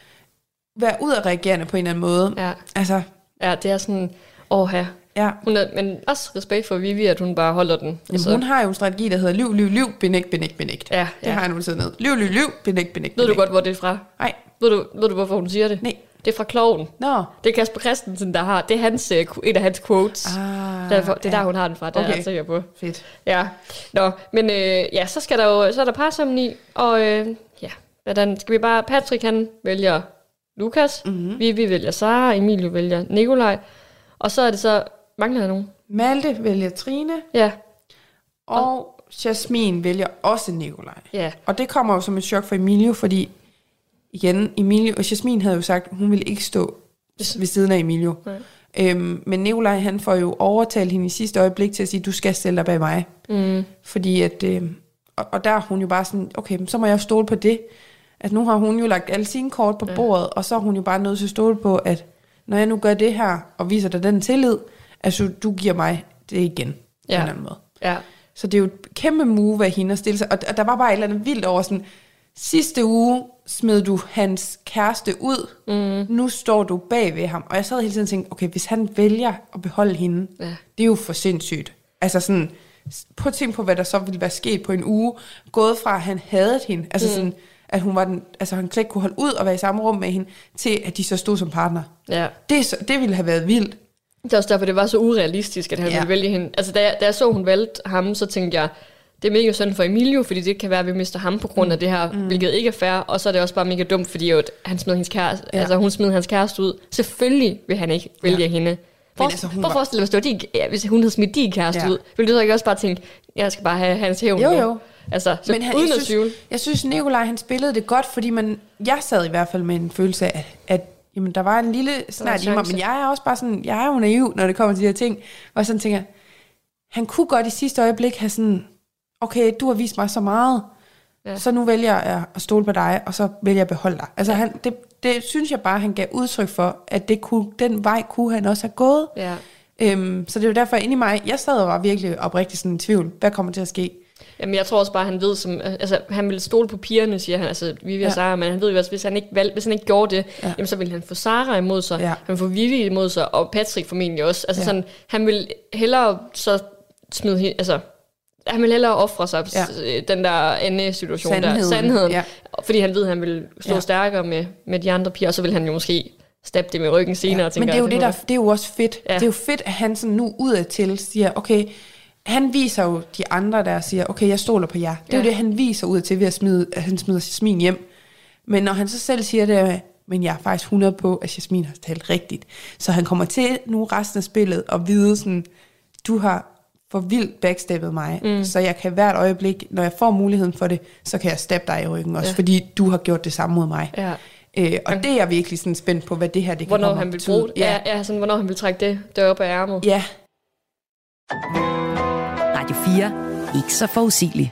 være udadreagerende på en eller anden måde. Ja. Altså, Ja, det er sådan, åh ja. ja. Hun er, men også respekt for Vivi, at hun bare holder den. Jamen, hun har jo en strategi, der hedder liv, liv, liv, benægt, benægt, benægt. Ja, Det ja. har jeg nu siddet ned. Liv, liv, liv, benægt, benægt, Ved du benægt. godt, hvor det er fra? Nej. Ved du, ved du hvorfor hun siger det? Nej. Det er fra Kloven. Nå. Det er Kasper Christensen, der har. Det er hans, øh, en af hans quotes. Ah, Derfor, det er ja. der, hun har den fra. Det er Okay. jeg sikker på. Fedt. Ja. Nå, men øh, ja, så skal der jo, så er der parceremoni, og øh, ja, hvordan skal vi bare, Patrick han vælger Lukas, mm-hmm. Vivi vælger Sara, Emilio vælger Nikolaj, og så er det så, mangler der nogen? Malte vælger Trine, Ja, og Jasmin vælger også Nikolaj. ja, Og det kommer jo som et chok for Emilio, fordi igen, Emilio og Jasmin havde jo sagt, at hun ville ikke stå ved siden af Emilio. Nej. Øhm, men Nikolaj, han får jo overtalt hende i sidste øjeblik til at sige, du skal stille dig bag mig. mm, Fordi at, øh, og, og der er hun jo bare sådan, okay, så må jeg jo stole på det. At nu har hun jo lagt alle sine kort på bordet, og så er hun jo bare nødt til at stole på, at når jeg nu gør det her, og viser dig den tillid, altså du giver mig det igen, på Ja. en eller anden måde. ja, Så det er jo et kæmpe move af hende at stille sig, og, og der var bare et eller andet vildt over sådan, sidste uge smed du hans kæreste ud, mm. nu står du bag ved ham. Og jeg sad hele tiden og tænkte, okay, hvis han vælger at beholde hende, Ja. det er jo for sindssygt. Altså sådan, prøv at tænke på, hvad der så ville være sket på en uge, gået fra, at han hadede hende, altså mm. sådan, at hun var den, altså han slet ikke kunne holde ud og være i samme rum med hende, til at de så stod som partner. ja. Det, er så, det ville have været vildt. Det er også derfor, det var så urealistisk, at han Ja. ja. ville vælge hende. Altså, da jeg, da jeg så, hun valgte ham, så tænkte jeg, det er mega synd for Emilio, fordi det kan være, at vi mister ham på grund af det her, mm. hvilket ikke er fair. Og så er det også bare mega dumt, fordi jo, at han smed hendes kæreste, Ja. ja. altså, hun smed hans kæreste ud. Selvfølgelig vil han ikke vælge Ja. hende. For, altså, hun for var- at forestille dig, hvis, det var din, ja, hvis hun havde smidt din kæreste Ja. ja. ud, ville du så ikke også bare tænke, jeg skal bare have hans hævn Jo, nu? jo. Altså, så Men han, uden jeg, at tvivle. synes, jeg synes, Nikolaj han spillede det godt, fordi man, jeg sad i hvert fald med en følelse af, at, at jamen, der var en lille snart i mig, chance. men jeg er også bare sådan, jeg er jo naiv, når det kommer til de her ting, og sådan tænker, han kunne godt i sidste øjeblik have sådan, okay, du har vist mig så meget, ja. så nu vælger jeg at stole på dig, og så vælger jeg at beholde dig. Altså, ja. han, det, det synes jeg bare, han gav udtryk for, at det kunne, den vej kunne han også have gået. Ja. Øhm, så det er jo derfor inde i mig, jeg sad og var virkelig oprigtig sådan i tvivl, hvad kommer til at ske? Jamen, jeg tror også bare, han ved, som, altså, han vil stole på pigerne, siger han, altså, Vivi og ja. Sara, men han ved jo også, hvis han ikke, valg, hvis han ikke gjorde det, ja. jamen, så ville han få Sara imod sig, ja. han vil få Vivi imod sig, og Patrick formentlig også. Altså, ja. sådan, han vil hellere så smide, altså, han vil hellere ofre sig ja. den der Anne-situation, sandheden. der, sandheden, ja. fordi han ved, at han vil stå ja. stærkere med, med de andre piger, og så vil han jo måske stabbe det med ryggen senere. Ja. Tænker, men det er jo, det, der, det er jo også fedt. Ja. Det er jo fedt, at han sådan nu udadtil siger, okay, han viser jo de andre, der siger, okay, jeg stoler på jer. Det er ja. jo det, han viser udadtil ved at smide, at han smider Jasmin hjem. Men når han så selv siger det, men jeg er faktisk hundrede på, at Jasmin har talt rigtigt. Så han kommer til nu resten af spillet og vide sådan, du har for vildt backstabbet mig, mm. så jeg kan hvert øjeblik, når jeg får muligheden for det, så kan jeg stabbe dig i ryggen også, ja. fordi du har gjort det samme mod mig. Ja. Øh, og han, det er jeg virkelig sådan spændt på, hvad det her det hvornår kan han vil bruge ja. Ja, ja, sådan, hvornår han vil trække det dør op af ærmet. Ja. Radio fire. Ikke så forudsigelig.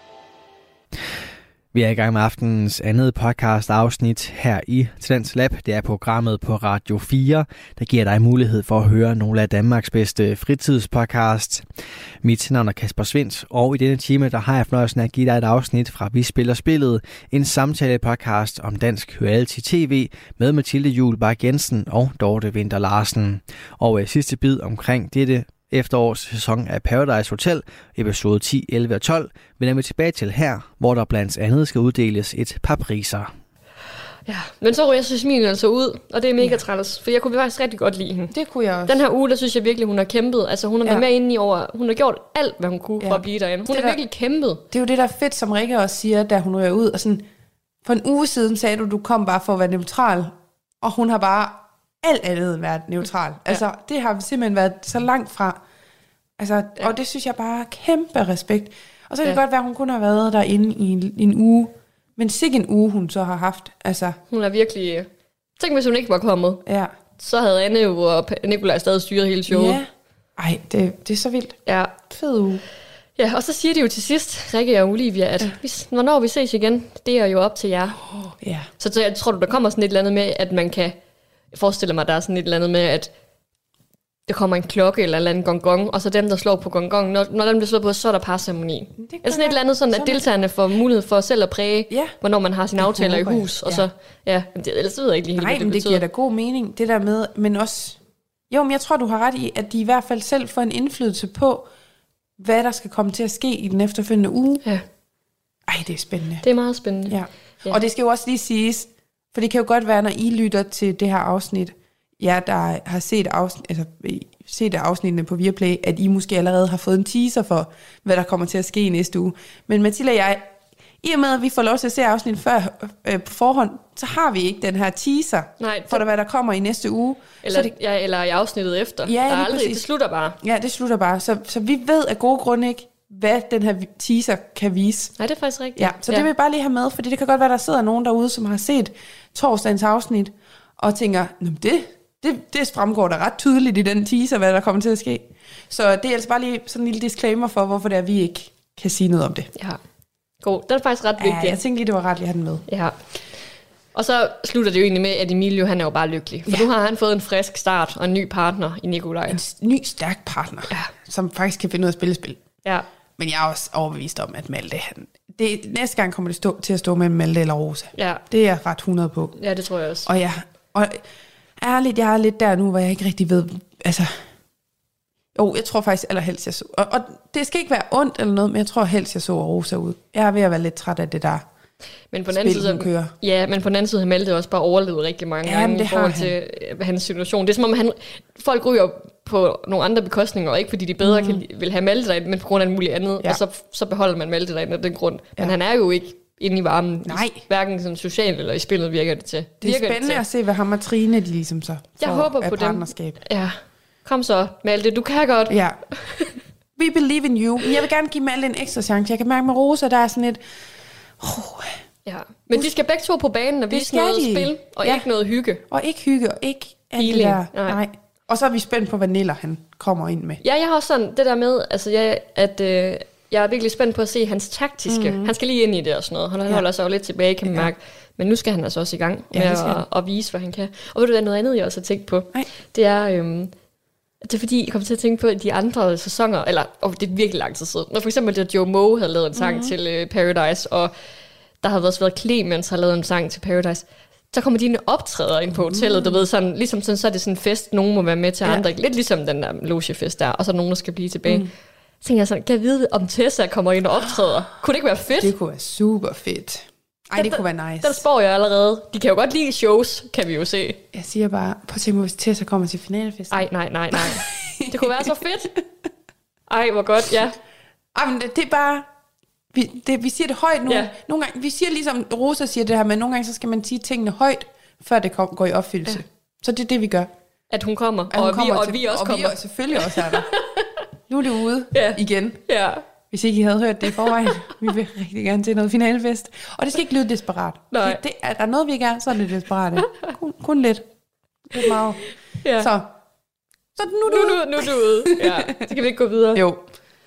Vi er i gang med aftenens andet podcast afsnit her i Talents Lab. Det er programmet på Radio fire, der giver dig mulighed for at høre nogle af Danmarks bedste fritidspodcasts. Mit navn er Kasper Svindt, og i denne time der har jeg fornøjelsen af at give dig et afsnit fra Vi Spiller Spillet, en samtale-podcast om dansk reality-tv med Mathilde Juhl Bak Jensen og Dorte Winther Larsen. Og øh, sidste bid omkring dette efterårs sæson af Paradise Hotel, episode ti, elleve og tolv, vender vi tilbage til her, hvor der blandt andet skal uddeles et par priser. Ja, men så ryger Jasmin altså ud, og det er mega ja. træls, for jeg kunne faktisk rigtig godt lide hende. Det kunne jeg også. Den her uge, der synes jeg virkelig, hun har kæmpet. Altså hun har været ja. med inde i over, hun har gjort alt, hvad hun kunne ja. for at blive derinde. Hun det har der, virkelig kæmpet. Det er jo det, der er fedt, som Rikke også siger, da hun ryger ud. Og sådan, for en uge siden sagde du, du kom bare for at være neutral, og hun har bare alt andet været neutral. Ja. Altså, det har simpelthen været så langt fra. Altså, ja. Og det synes jeg bare er kæmpe respekt. Og så kan ja. det godt være, at hun kun har været derinde i en, en uge. Men sikke en uge, hun så har haft. Altså. Hun er virkelig... Tænk, hvis hun ikke var kommet. Ja. Så havde Anne jo og Nikolaj stadig styret hele showet. Ja. Ej, det, det er så vildt. Ja. Fed uge. Ja, og så siger de jo til sidst, Rikke og Olivia, at ja. hvis, hvornår vi ses igen, det er jo op til jer. Oh, ja. Så, så jeg tror du, der kommer sådan et eller andet med, at man kan... Jeg forestiller mig, at der er sådan et eller andet med, at der kommer en klokke eller en eller anden gong-gong, og så dem, der slår på gong-gong, når, når den bliver slået på, så er der parceremoni. Eller sådan et eller andet, sådan, at deltagerne får mulighed for selv at præge, ja. hvornår man har sine aftaler i hus. Og ja. så, ja, det, ellers ved jeg ikke lige helt, Nej, hvad det men det betyder. giver da god mening, det der med, men også... Jo, men jeg tror, du har ret i, at de i hvert fald selv får en indflydelse på, hvad der skal komme til at ske i den efterfølgende uge. Ja. Ej, det er spændende. Det er meget spændende. Ja. Ja. Og det skal jo også lige siges, for det kan jo godt være, når I lytter til det her afsnit, ja, der har set, afsnit, altså, set afsnittene på Viaplay, at I måske allerede har fået en teaser for, hvad der kommer til at ske i næste uge. Men Mathilde og jeg, i og med, at vi får lov til at se afsnit før øh, på forhånd, så har vi ikke den her teaser Nej, det... for, hvad der kommer i næste uge. Eller, det... ja, eller i afsnittet efter. Ja, der er aldrig, præcis. det slutter bare. Ja, det slutter bare. Så, så vi ved af gode grunde ikke, hvad den her teaser kan vise. Nej, det er faktisk rigtigt. Ja, så ja. det vil jeg bare lige have med, fordi det kan godt være, der sidder nogen derude, som har set torsdagens afsnit, og tænker, det, det, det fremgår da ret tydeligt i den teaser, hvad der kommer til at ske. Så det er altså bare lige sådan en lille disclaimer for, hvorfor det er, vi ikke kan sige noget om det. Ja, god. Den er faktisk ret vigtig. Ja, jeg tænkte lige, det var ret, at have den med. Ja. Og så slutter det jo egentlig med, at Emilio, han er jo bare lykkelig. For ja. nu har han fået en frisk start og en ny partner i Nikolaj. En ny, stærk partner, ja. som faktisk kan finde ud af at spille spil. Ja. Men jeg er også overbevist om, at Malte, han, det, næste gang kommer det stå, til at stå med Malte eller Rosa. Ja. Det er jeg ret hundrede på. Ja, det tror jeg også. Og ja, og ærligt, jeg er lidt der nu, hvor jeg ikke rigtig ved, altså, jo, jeg tror faktisk allerhelst, jeg så, og, og det skal ikke være ondt eller noget, men jeg tror helst, jeg så Rosa ud. Jeg er ved at være lidt træt af det der. Men på den anden spil, side, kører. Ja, men på den anden side har Malte også bare overlevet rigtig mange ja, gange i forhold han. til hans situation. Det er som om, han, folk ryger på nogle andre bekostninger, og ikke fordi de bedre mm. kan, vil have Malte derinde, men på grund af en mulig andet, ja. og så, så beholder man Malte derinde af den grund. Ja. Men han er jo ikke inde i varmen. Nej. Hverken sådan socialt eller i spillet virker det til. Det er virker spændende det at se, hvad ham og Trine de ligesom så Jeg håber på partnerskab. dem. Ja. Kom så, Malte, du kan godt. Ja. We believe in you. Jeg vil gerne give Malte en ekstra chance. Jeg kan mærke med Rosa, der er sådan et... Oh. Ja. Men de skal begge to på banen og vise noget de. spil, og ja. ikke noget hygge. Og ikke hygge, og ikke alt det der. Nej. Nej. Og så er vi spændt på, hvad Niller han kommer ind med. Ja, jeg har også sådan det der med, altså jeg, at øh, jeg er virkelig spændt på at se hans taktiske. Mm. Han skal lige ind i det og sådan noget. Han holder ja. sig jo lidt tilbage, kan man ja. mærke. Men nu skal han altså også i gang med ja, at, at vise, hvad han kan. Og ved du hvad, noget andet, jeg også har tænkt på? Nej. Det er, øhm, det er fordi, jeg kommer til at tænke på de andre sæsoner, eller oh, det er virkelig lang tid siden. Når for eksempel, da Joe Moe havde lavet en sang mm-hmm. til uh, Paradise, og der havde også været Clemens, har lavet en sang til Paradise, så kommer de optræder ind på hotellet, mm. du ved, sådan, ligesom sådan, så er det sådan en fest, nogen må være med til ja. andre, lidt ligesom den der logefest der, og så nogen, der skal blive tilbage. Mm. Så tænker jeg sådan, kan jeg vide, om Tessa kommer ind og optræder? Kunne det ikke være fedt? Det kunne være super fedt. Ej, det kunne være nice. Der spår jeg allerede. De kan jo godt lide shows, kan vi jo se. Jeg siger bare, prøv at tænke mig, hvis Tessa kommer til finalefesten. Ej, nej, nej, nej. Det kunne være så fedt. Ej, hvor godt, ja. Ej, men det, det er bare... Vi, det, vi siger det højt nu. Ja. Nogle gange, vi siger ligesom, Rosa siger det her, men nogle gange, så skal man sige tingene højt, før det kom, går i opfyldelse. Ja. Så det er det, vi gør. At hun kommer, At hun og, kommer vi, til, og vi også og kommer. Og vi selvfølgelig også er der. Nu er det ude ja. igen. Ja. Hvis ikke I havde hørt det i forvejen, vi vil rigtig gerne til noget finalefest. Og det skal ikke lyde desperat. Nej. Det, det, er der noget, vi ikke er, så er det desperat. Kun, kun lidt. Lidt meget. Ja. Så. Så nu er du nu, nu, nu er du ude. Ja. Så kan vi ikke gå videre. Jo.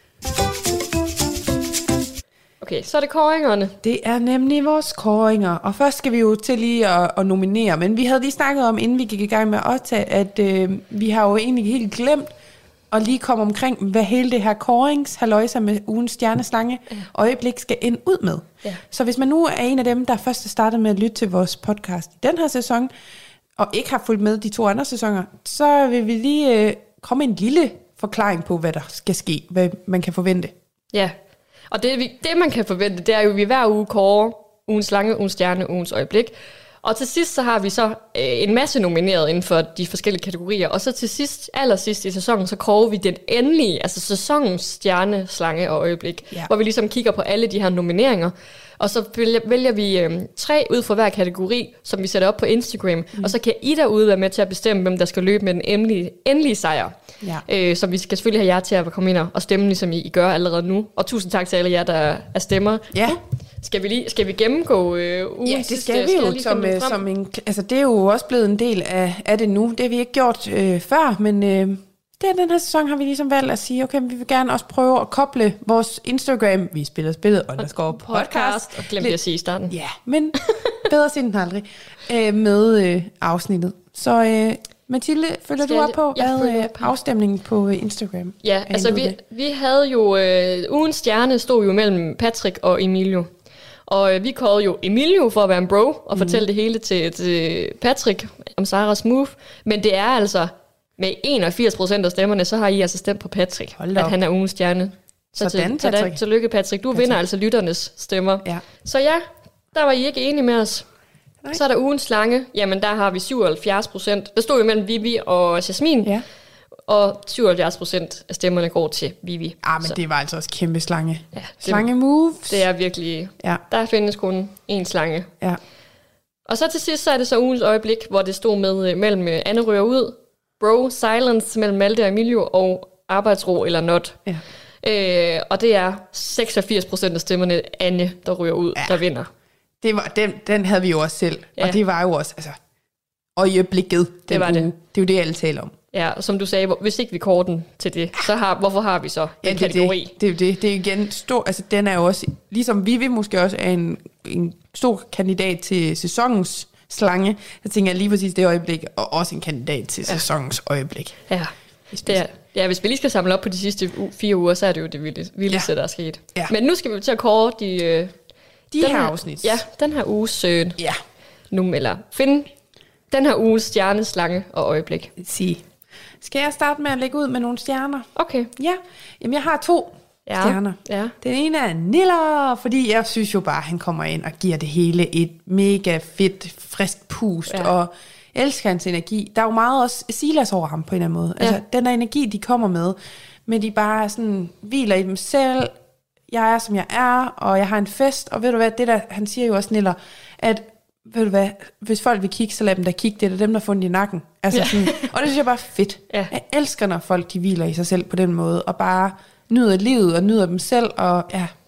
Okay, så er det kåringerne. Det er nemlig vores kåringer. Og først skal vi jo til lige at, at nominere. Men vi havde lige snakket om, inden vi gik i gang med at optage, at øh, vi har jo egentlig helt glemt at lige komme omkring, hvad hele det her kåringshalløjser med ugens stjerneslange ja. øjeblik skal ind ud med. Ja. Så hvis man nu er en af dem, der først er startet med at lytte til vores podcast i den her sæson, og ikke har fulgt med de to andre sæsoner, så vil vi lige øh, komme en lille forklaring på, hvad der skal ske, hvad man kan forvente. Ja, og det, det man kan forvente, det er jo, at vi hver uge kårer ugens slange, ugens stjerne, ugens øjeblik. Og til sidst så har vi så øh, en masse nomineret inden for de forskellige kategorier. Og så til sidst, allersidst i sæsonen, så kårer vi den endelige, altså sæsonens stjerne, slange og øjeblik. Ja. Hvor vi ligesom kigger på alle de her nomineringer. Og så vælger, vælger vi øh, tre ud fra hver kategori, som vi sætter op på Instagram. Mm. Og så kan I derude være med til at bestemme, hvem der skal løbe med den endelige, endelige sejr. Ja. Øh, så vi skal selvfølgelig have jer til at komme ind og stemme, ligesom I, I gør allerede nu. Og tusind tak til alle jer, der er stemmer. Ja. Skal vi, lige, skal vi gennemgå øh, ugen? Ja, det skal vi jo. Som, øh, som en, altså, det er jo også blevet en del af, af det nu. Det har vi ikke gjort øh, før, men øh, det, den her sæson har vi ligesom valgt at sige, okay, vi vil gerne også prøve at koble vores Instagram, vi spiller spillet, underscore podcast. podcast. Og glemte at sige i starten. Ja, men bedre siden den aldrig. Øh, med øh, afsnittet. Så øh, Mathilde, følger skal du op på, hvad øh, afstemningen på Instagram? Ja, altså vi, vi havde jo, øh, ugens stjerne stod jo mellem Patrick og Emilio. Og øh, vi kårede jo Emilio for at være en bro, og mm. fortælle det hele til, til Patrick om Sarahs move. Men det er altså, med enogfirs procent af stemmerne, så har I altså stemt på Patrick, at han er ugens stjerne. Så sådan, til, Patrick. Tillykke, Patrick. Du Patrick. vinder altså lytternes stemmer. Ja. Så ja, der var I ikke enige med os. Nej. Så er der ugens slange. Jamen, der har vi syvoghalvfjerds procent. Der stod jo mellem Vivi og Jasmin. Ja. Og syvoghalvfjerds procent af stemmerne går til Vivi. Ah, men så. Det var altså også kæmpe slange. Ja, slange moves. Det er virkelig... Ja. Der findes kun én slange. Ja. Og så til sidst, så er det så ugens øjeblik, hvor det stod med mellem Anne ryger ud, bro, silence mellem Malte og Emilio, og arbejdsro eller not. Ja. Øh, og det er seksogfirs procent af stemmerne Anne, der ryger ud, ja. der vinder. Det var, den, den havde vi jo også selv. Ja. Og det var jo også... Altså, øjeblikket. Det var uge. det. Det er jo det, alle taler om. Ja, og som du sagde, hvis ikke vi kårer den til det, så har, hvorfor har vi så en ja, det, kategori? Det, det er jo det. Det er igen stor, altså den er jo også, ligesom Vivi måske også er en, en stor kandidat til sæsonens slange, jeg tænker lige præcis det øjeblik, og også en kandidat til ja. sæsonens øjeblik. Ja. Det er, ja, hvis vi lige skal samle op på de sidste u- fire uger, så er det jo det vildeste, ja. der er sket. Ja. Men nu skal vi til at kåre de, øh, de her afsnit. Ja, den her uges øh, ja. nu, eller finde den her uges stjerne, slange og øjeblik. Sige. Skal jeg starte med at lægge ud med nogle stjerner? Okay. Ja, jamen jeg har to ja. stjerner. Ja. Den ene er Niller, fordi jeg synes jo bare, at han kommer ind og giver det hele et mega fedt, frisk pust, ja. og elsker hans energi. Der er jo meget også Silas over ham på en eller anden måde. Ja. Altså den der energi, de kommer med, men de bare sådan hviler i dem selv. Jeg er, som jeg er, og jeg har en fest, og ved du hvad, det der, han siger jo også, Niller, at ved du hvad, hvis folk vil kigge, så lad dem da kigge, det er dem, der har fundet i nakken. Altså, ja. sådan, og det synes jeg bare er fedt. Ja. Jeg elsker, når folk de hviler i sig selv på den måde, og bare nyder livet, og nyder dem selv, og ja.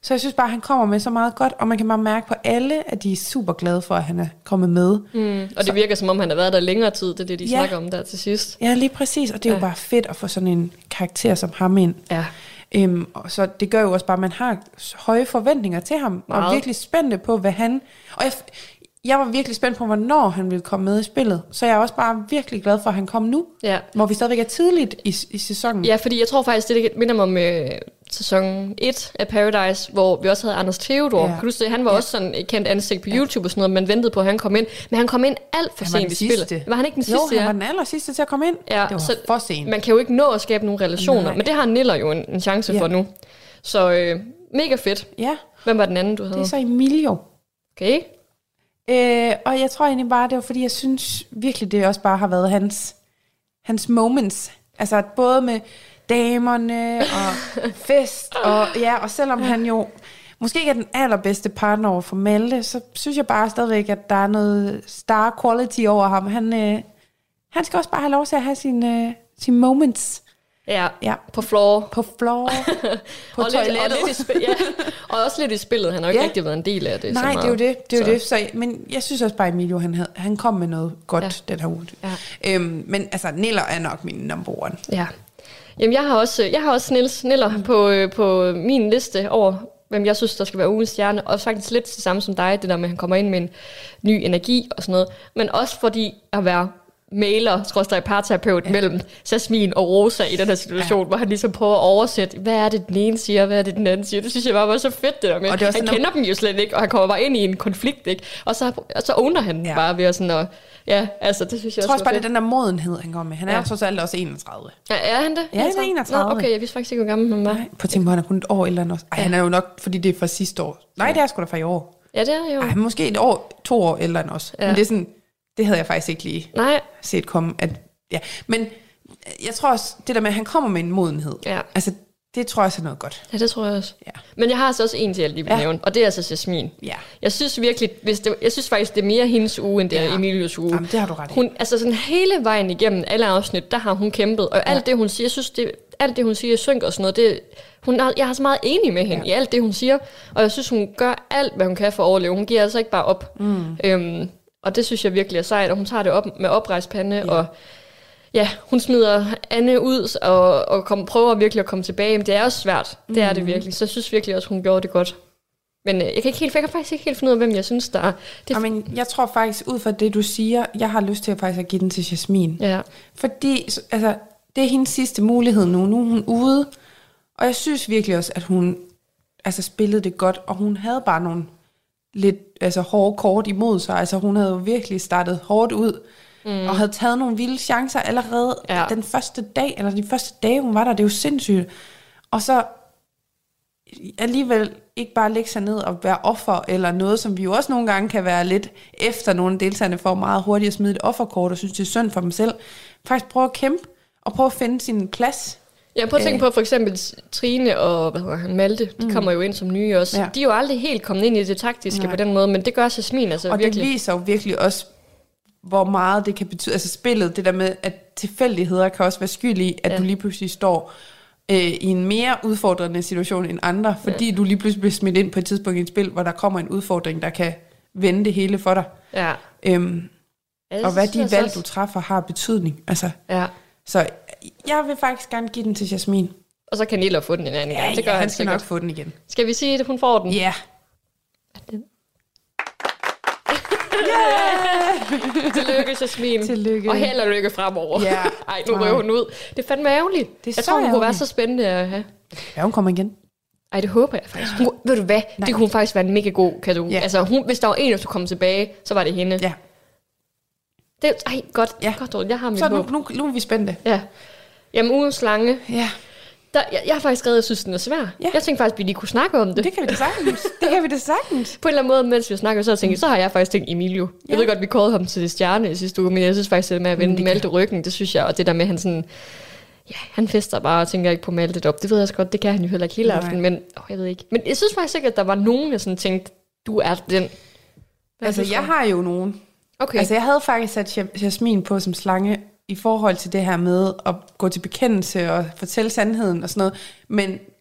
Så jeg synes bare, at han kommer med så meget godt, og man kan bare mærke på alle, at de er super glade for, at han er kommet med. Mm, og det så, virker, som om han har været der længere tid, det er det, de ja, snakker om der til sidst. Ja, lige præcis, og det er ja. jo bare fedt at få sådan en karakter som ham ind. Ja. Øhm, og så det gør jo også bare, at man har høje forventninger til ham, meget. Og virkelig spændte på, hvad han... Og jeg, jeg var virkelig spændt på, hvornår han ville komme med i spillet. Så jeg er også bare virkelig glad for, at han kom nu. Ja. Hvor vi stadigvæk er tidligt i, i sæsonen. Ja, fordi jeg tror faktisk, det minder mig om øh, sæson et af Paradise, hvor vi også havde Anders Theodor. Ja. Kan du se, han var ja. også sådan et kendt ansigt på YouTube og sådan noget, man ventede på, at han kom ind. Men han kom ind alt for sent i spillet. Var han ikke den sidste? Jo, han var den aller sidste til at komme ind. Ja, det var så for sent. Man kan jo ikke nå at skabe nogle relationer, Nej. men det har Niller jo en, en chance ja. for nu. Så øh, mega fedt. Ja. Hvem var den anden, du havde? Det er så Emilio. Okay. Øh, og jeg tror egentlig bare, det var fordi, jeg synes virkelig, det også bare har været hans, hans moments. Altså både med damerne og fest. Og, ja, og selvom han jo måske ikke er den allerbedste partner over for Malte, så synes jeg bare stadigvæk, at der er noget star quality over ham. Han, øh, han skal også bare have lov til at have sine, øh, sine moments. Ja, ja, på floor. På floor. På og toilettet. Lidt, og, lidt i spil, ja. Og også lidt i spillet. Han har jo ikke ja. rigtig været en del af det. Nej, det er jo det. det, er jo det. Så, men jeg synes også bare, Emilio, han, havde, han kom med noget godt ja. den her uge. Ja. Øhm, men altså, Niller er nok min number one. Ja. Jamen, jeg har også, jeg har også Niels Niller mm. på, på min liste over, hvem jeg synes, der skal være ugens stjerne. Og faktisk lidt det samme som dig, det der med, at han kommer ind med en ny energi og sådan noget. Men også fordi at være mailer, skrådstræk parterapeut ja. mellem Jasmin og Rosa i den her situation, ja. hvor han ligesom prøver at oversætte, hvad er det den ene siger, hvad er det den anden siger. Det synes jeg bare var så fedt, det der med. Han kender noget... dem jo slet ikke, og han kommer bare ind i en konflikt, ikke? Og så, og så owner han ja. bare ved at sådan at, ja, altså det synes jeg, jeg også. Jeg tror også bare, det er den der modenhed, han kommer med. Han er ja. jo trods alt også enogtredive. Ja, er han det? Ja, han er enogtredive. Nå, okay, jeg vidste faktisk ikke, hvor gammel han var. Nej, på tænk på, han er kun et år eller andet også. Ej, ja. han er jo nok, fordi det er fra sidste år. Nej, det er sgu da fra i år. Ja, det er jo. Ej, måske et år, to år eller andet også. Ja. Men det er sådan... Det havde jeg faktisk ikke lige Nej. set komme. At, ja. Men jeg tror også, det der med, at han kommer med en modenhed, ja. altså det tror jeg også er noget godt. Ja, det tror jeg også. Ja. Men jeg har altså også en til, jeg lige vil ja. nævne, og det er altså Jasmin. Ja. Jeg synes virkelig, hvis det, jeg synes faktisk, det er mere hendes uge, end det er ja. Emilios uge. Jamen, det har du ret i. Hun, altså sådan hele vejen igennem alle afsnit, der har hun kæmpet, og ja. alt det, hun siger, jeg synes, det, alt det, hun siger, synker og sådan noget, det, hun har, jeg har så meget enig med hende ja. i alt det, hun siger, og jeg synes, hun gør alt, hvad hun kan for at overleve. Hun giver altså ikke bare op. Mm. Øhm, Og det synes jeg virkelig er sejt, og hun tager det op med oprejst pande, ja. og ja, hun smider Anne ud, og, og kom, prøver virkelig at komme tilbage, men det er også svært, det mm. er det virkelig, så jeg synes virkelig også, hun gjorde det godt. Men øh, jeg kan ikke helt, jeg kan faktisk ikke helt finde ud af, hvem jeg synes, der er. Det er Jamen, jeg tror faktisk, ud fra det, du siger, jeg har lyst til at faktisk at give den til Jasmin. Ja. Fordi, altså, det er hendes sidste mulighed nu, nu er hun ude, og jeg synes virkelig også, at hun altså, spillede det godt, og hun havde bare nogle lidt altså hårde kort imod sig. Altså hun havde jo virkelig startet hårdt ud, mm. og havde taget nogle vilde chancer allerede ja. den første dag, eller de første dage, hun var der. Det er jo sindssygt. Og så alligevel ikke bare lægge sig ned og være offer, eller noget, som vi jo også nogle gange kan være lidt efter nogle deltagerne får meget hurtigt at smide et offerkort, og synes, det er synd for dem selv. Faktisk prøve at kæmpe, og prøve at finde sin plads. Ja, prøv at tænke på for eksempel Trine og hvad hedder han, Malte, de mm. kommer jo ind som nye også. Ja. De er jo aldrig helt kommet ind i det taktiske Nej. på den måde, men det gør Jasmin altså og virkelig. Og det viser jo virkelig også, hvor meget det kan betyde, altså spillet, det der med, at tilfældigheder kan også være skyld i, at ja. du lige pludselig står øh, i en mere udfordrende situation end andre, fordi ja. du lige pludselig bliver smidt ind på et tidspunkt i et spil, hvor der kommer en udfordring, der kan vende det hele for dig. Ja. Øhm, ja, og hvad de valg, også. du træffer, har betydning. Altså, ja. Så jeg vil faktisk gerne give den til Jasmin. Og så kan Niller få den en anden gang. Ja, det gør ja, han, han skal nok få den igen. Skal vi sige, at hun får den? Ja. Yeah. Tillykke, Jasmin. Tillykke. Og held og lykke fremover. Ja. Ej, nu røver hun ud. Det er fandme ærgerligt. Det er jeg tror, hun kunne være så spændende at have. Ja, hun kommer igen. Ej, det håber jeg faktisk. Hun, ved du hvad? Nej. Det kunne faktisk være en mega god kado. Ja. Altså, hun, hvis der var en, der skulle komme tilbage, så var det hende. Ja. Det, ej, godt. Ja. Godt, jeg har mit så håb. nu, nu, nu er vi spændte. Ja. Jamen, ugens slange. Ja. Der, jeg, jeg har faktisk skrevet, at jeg synes, den er svær. Ja. Jeg tænkte faktisk, at vi lige kunne snakke om det. Det kan vi da sagtens. Det kan vi da sagtens. På en eller anden måde, mens vi snakker, så tænkte jeg, så har jeg faktisk tænkt Emilio. Ja. Jeg ved godt, vi kårede ham til stjerne i sidste uge, men jeg synes faktisk, at det med at vende Malte ryggen, det synes jeg, og det der med, han sådan, ja, han fester bare og tænker ikke på Malte op. Det ved jeg også godt, det kan han jo heller ikke hele Nej. aften, men åh, jeg ved ikke. Men jeg synes faktisk ikke, at der var nogen, der sådan tænkte, du er den. Hvad altså, jeg har jo nogen. Okay. Altså, jeg havde faktisk sat Jasmin på som slange, i forhold til det her med at gå til bekendelse og fortælle sandheden og sådan noget. Men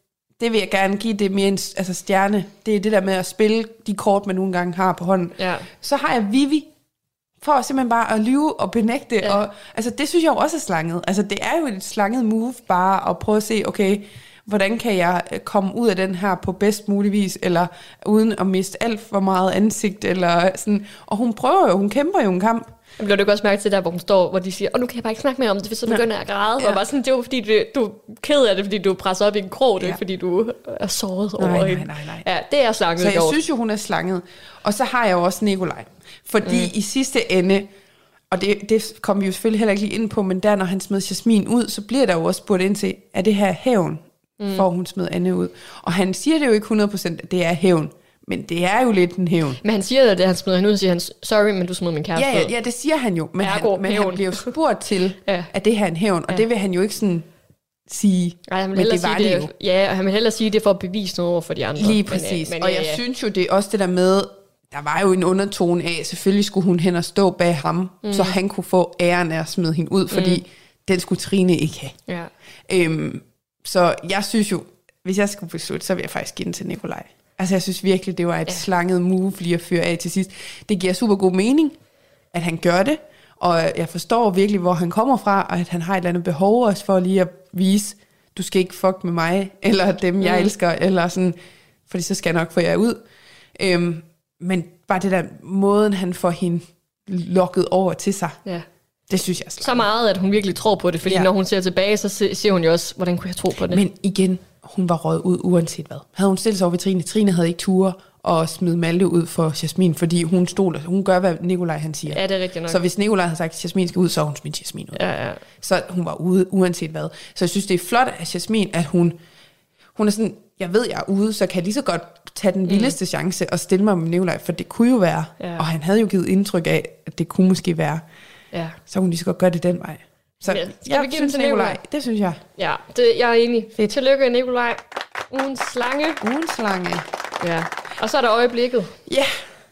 Det vil jeg gerne give det mere en altså stjerne. Det er det der med at spille de kort, man nogle gange har på hånden. Ja. Så har jeg Vivi, for simpelthen bare at lyve og benægte. Ja. Og, altså, det synes jeg jo også er slanget. Altså, det er jo et slanget move bare at prøve at se, okay, hvordan kan jeg komme ud af den her på bedst mulig vis, eller uden at miste alt for meget ansigt, eller sådan. Og hun prøver jo, hun kæmper jo en kamp. Jeg bliver du også mærke til der, hvor hun står, hvor de siger, og nu kan jeg bare ikke snakke mere om det, for så begynder jeg at græde. Ja. Og bare sådan, det er jo fordi, du, du er ked af det, fordi du presser op i en krog, det er ja. fordi du er såret over nej, hende. nej, nej, nej. Ja, det er slanget. Så jeg gjort. synes jo, hun er slanget. Og så har jeg jo også Nikolaj. Fordi mm. i sidste ende, og det, det kom vi jo selvfølgelig heller ikke lige ind på, men der, når han smed Jasmin ud, så bliver der jo også spurgt ind til, er det her hævn, mm. for hun smed Anne ud? Og han siger det jo ikke hundrede procent, at det er hævn. Men det er jo lidt en hævn. Men han siger, at det, han smider hende ud, siger han, sorry, men du smed min kæreste ja, ja, ud. ja, det siger han jo. Men, Ergo, han, men han bliver jo spurgt til, ja. at det her er en hævn. Og ja. det vil han jo ikke sådan sige, Ej, han vil men det var sige, det det jo. Ja, og han vil hellere sige, det er for at bevise noget over for de andre. Lige præcis. Men, men, og ja, jeg ja. synes jo, det er også det der med, der var jo en undertone af, selvfølgelig skulle hun hen og stå bag ham, mm. så han kunne få æren af at smide hende ud, fordi mm. den skulle Trine ikke have. Ja. Øhm, så jeg synes jo, hvis jeg skulle beslutte, så vil jeg faktisk give den til Nikolaj. Altså jeg synes virkelig, det var et ja. slanget move lige at føre af til sidst. Det giver super god mening, at han gør det, og jeg forstår virkelig, hvor han kommer fra, og at han har et eller andet behov også for lige at vise, du skal ikke fuck med mig, eller dem, jeg mm. elsker, eller sådan, fordi så skal jeg nok få jer ud. Øhm, men bare det der måden, han får hende lokket over til sig, ja. det synes jeg er slanget. Så meget, at hun virkelig tror på det, fordi ja. når hun ser tilbage, så siger hun jo også, hvordan kunne jeg tro på det? Men igen, hun var røget ud uanset hvad. Havde hun stillet sig over ved Trine, Trine havde ikke ture og smide Malte ud for Jasmin, fordi hun stod, hun gør, hvad Nikolaj han siger. Ja, det er rigtigt nok. Så hvis Nikolaj havde sagt, at Jasmin skal ud, så hun smidt Jasmin ud. Ja, ja. Så hun var ude uanset hvad. Så jeg synes, det er flot af Jasmin, at hun, hun er sådan, jeg ved, jeg er ude, så kan jeg lige så godt tage den vildeste mm. chance og stille mig med Nikolaj, for det kunne jo være. Ja. Og han havde jo givet indtryk af, at det kunne måske være. Ja. Så hun lige så godt gøre det den vej. Så ja, jeg vi synes, Nikolaj, det synes jeg. Ja, det, jeg er enig. Fedt. Tillykke, Nikolaj. Ugens slange. Ugens slange. Ja. Og så er der øjeblikket. Ja.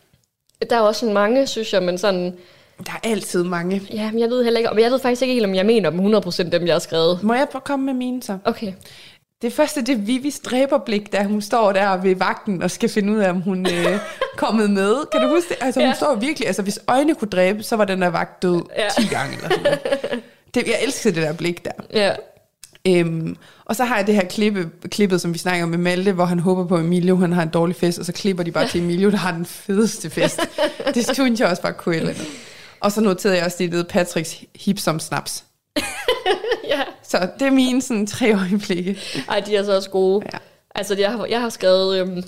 Der er også mange, synes jeg, men sådan... Der er altid mange. Ja, men jeg ved heller ikke... Men jeg ved faktisk ikke helt, om jeg mener dem hundrede procent dem, jeg har skrevet. Må jeg komme med mine så? Okay. Det første, det er Vivis dræberblik, da hun står der ved vagten og skal finde ud af, om hun er øh, kommet med. Kan du huske det? Altså, hun ja. står virkelig... Altså, hvis øjne kunne dræbe, så var den der vagt død ja. ti gange eller sådan noget. Det, jeg elsker det der blik der. Ja. Øhm, og så har jeg det her klippe, klippet, som vi snakker om med Malte, hvor han håber på, at Emilio han har en dårlig fest, og så klipper de bare til Emilio, der har den fedeste fest. Det synes jeg også bare kunne eller Og så noterede jeg også det nede Patricks hip som snaps. Ja. Så det er mine sådan tre øjeblikke. Ej, de er så også gode. Ja. Altså, jeg har, jeg har skrevet... Øhm,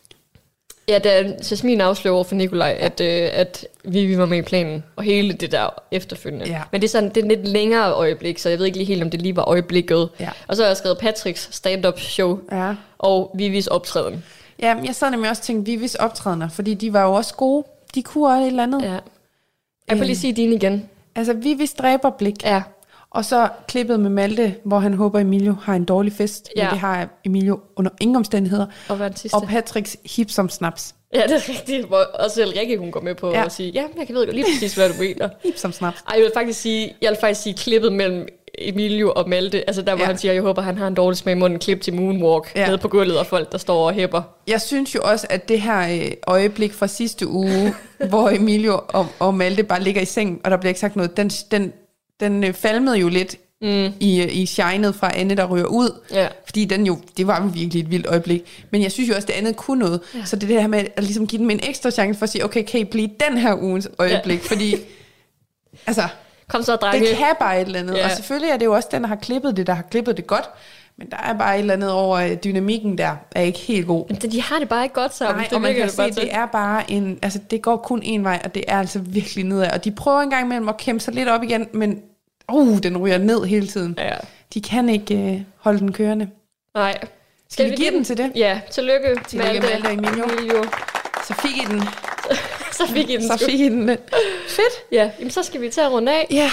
ja, da Jasmin afslører over for Nikolaj, at, øh, at vi var med i planen, og hele det der efterfølgende. Ja. Men det er sådan det er et lidt længere øjeblik, så jeg ved ikke lige helt, om det lige var øjeblikket. Ja. Og så har jeg skrevet Patricks stand-up show, ja. og Vivis optræden. Ja, jeg sad nemlig også tænkt Vivis optrædener, fordi de var jo også gode. De kunne også et eller andet. Ja. Jeg kan lige sige dine igen. Altså, Vivis dræberblik. Ja. Og så klippet med Malte, hvor han håber, Emilio har en dårlig fest. Ja. Men det har Emilio under ingen omstændigheder. Og hvad er den sidste? Og Patricks hip som snaps. Ja, det er rigtigt. Og selv Rikke, hun går med på ja. at sige, ja, jeg kan ved lige præcis, hvad du mener. Hip som snaps. Ej, jeg vil faktisk sige, jeg vil faktisk sige klippet mellem Emilio og Malte. Altså der, hvor ja. han siger, jeg håber, han har en dårlig smag i munden. Klip til Moonwalk ja. nede på gulvet, og folk, der står og hæpper. Jeg synes jo også, at det her øjeblik fra sidste uge, hvor Emilio og, og Malte bare ligger i sengen, og der bliver ikke sagt noget, den, den, den falmede jo lidt mm. i, i shinet fra Anne, der ryger ud. Ja. Fordi den jo, det var jo virkelig et vildt øjeblik. Men jeg synes jo også, det andet kunne noget. Ja. Så det er det her med at ligesom give dem en ekstra chance for at sige, okay, kan I blive den her ugens øjeblik? Ja. Fordi, altså, kom så, drenge. Det kan bare et eller andet. Ja. Og selvfølgelig er det jo også den, der har klippet det, der har klippet det godt. Men der er bare et eller andet over dynamikken der, er ikke helt god. Men de har det bare ikke godt sammen. Nej, det og man kan det se, det er bare en, altså det går kun en vej, og det er altså virkelig nedad. Og de prøver engang imellem at kæmpe sig lidt op igen, men uh, den ryger ned hele tiden. Ja. De kan ikke uh, holde den kørende. Nej. Skal, Skal vi, vi give den til det? Ja, tillykke. Tillykke med Malte og Emilio. Emilio. Så fik I den. så fik I den. Så fik I den. Fedt. Ja, jamen så skal vi tage rundt af. Ja.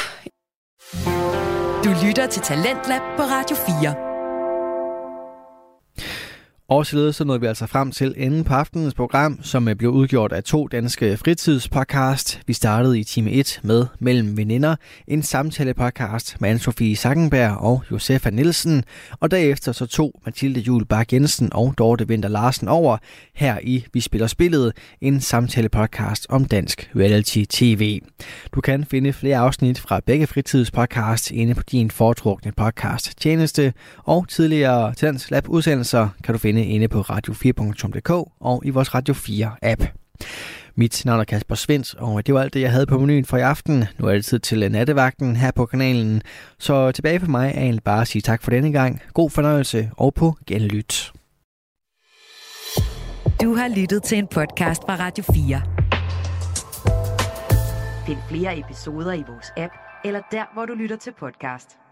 Du lytter til Talentlab på Radio fire. Og således så nåede vi altså frem til enden på aftenens program, som blev udgjort af to danske fritidspodcast. Vi startede i time et med Mellem Veninder, en samtale-podcast med Anne-Sophie Sackenberg og Josefa Nielsen. Og derefter så tog Mathilde Juel Bach Jensen og Dorte Winther Larsen over her i Vi Spiller Spillet, en samtale-podcast om dansk reality-tv. Du kan finde flere afsnit fra begge fritidspodcasts inde på din foretrukne podcast-tjeneste, og tidligere Talents Lab udsendelser kan du finde inde på radio fire punktum d k og i vores Radio fire app. Mit navn er Kasper Svendt, og det var alt det, jeg havde på menuen for i aften. Nu er det tid til nattevagten her på kanalen. Så tilbage for mig er egentlig bare at sige tak for denne gang. God fornøjelse og på genlyt. Du har lyttet til en podcast fra Radio fire. Find flere episoder i vores app, eller der, hvor du lytter til podcast.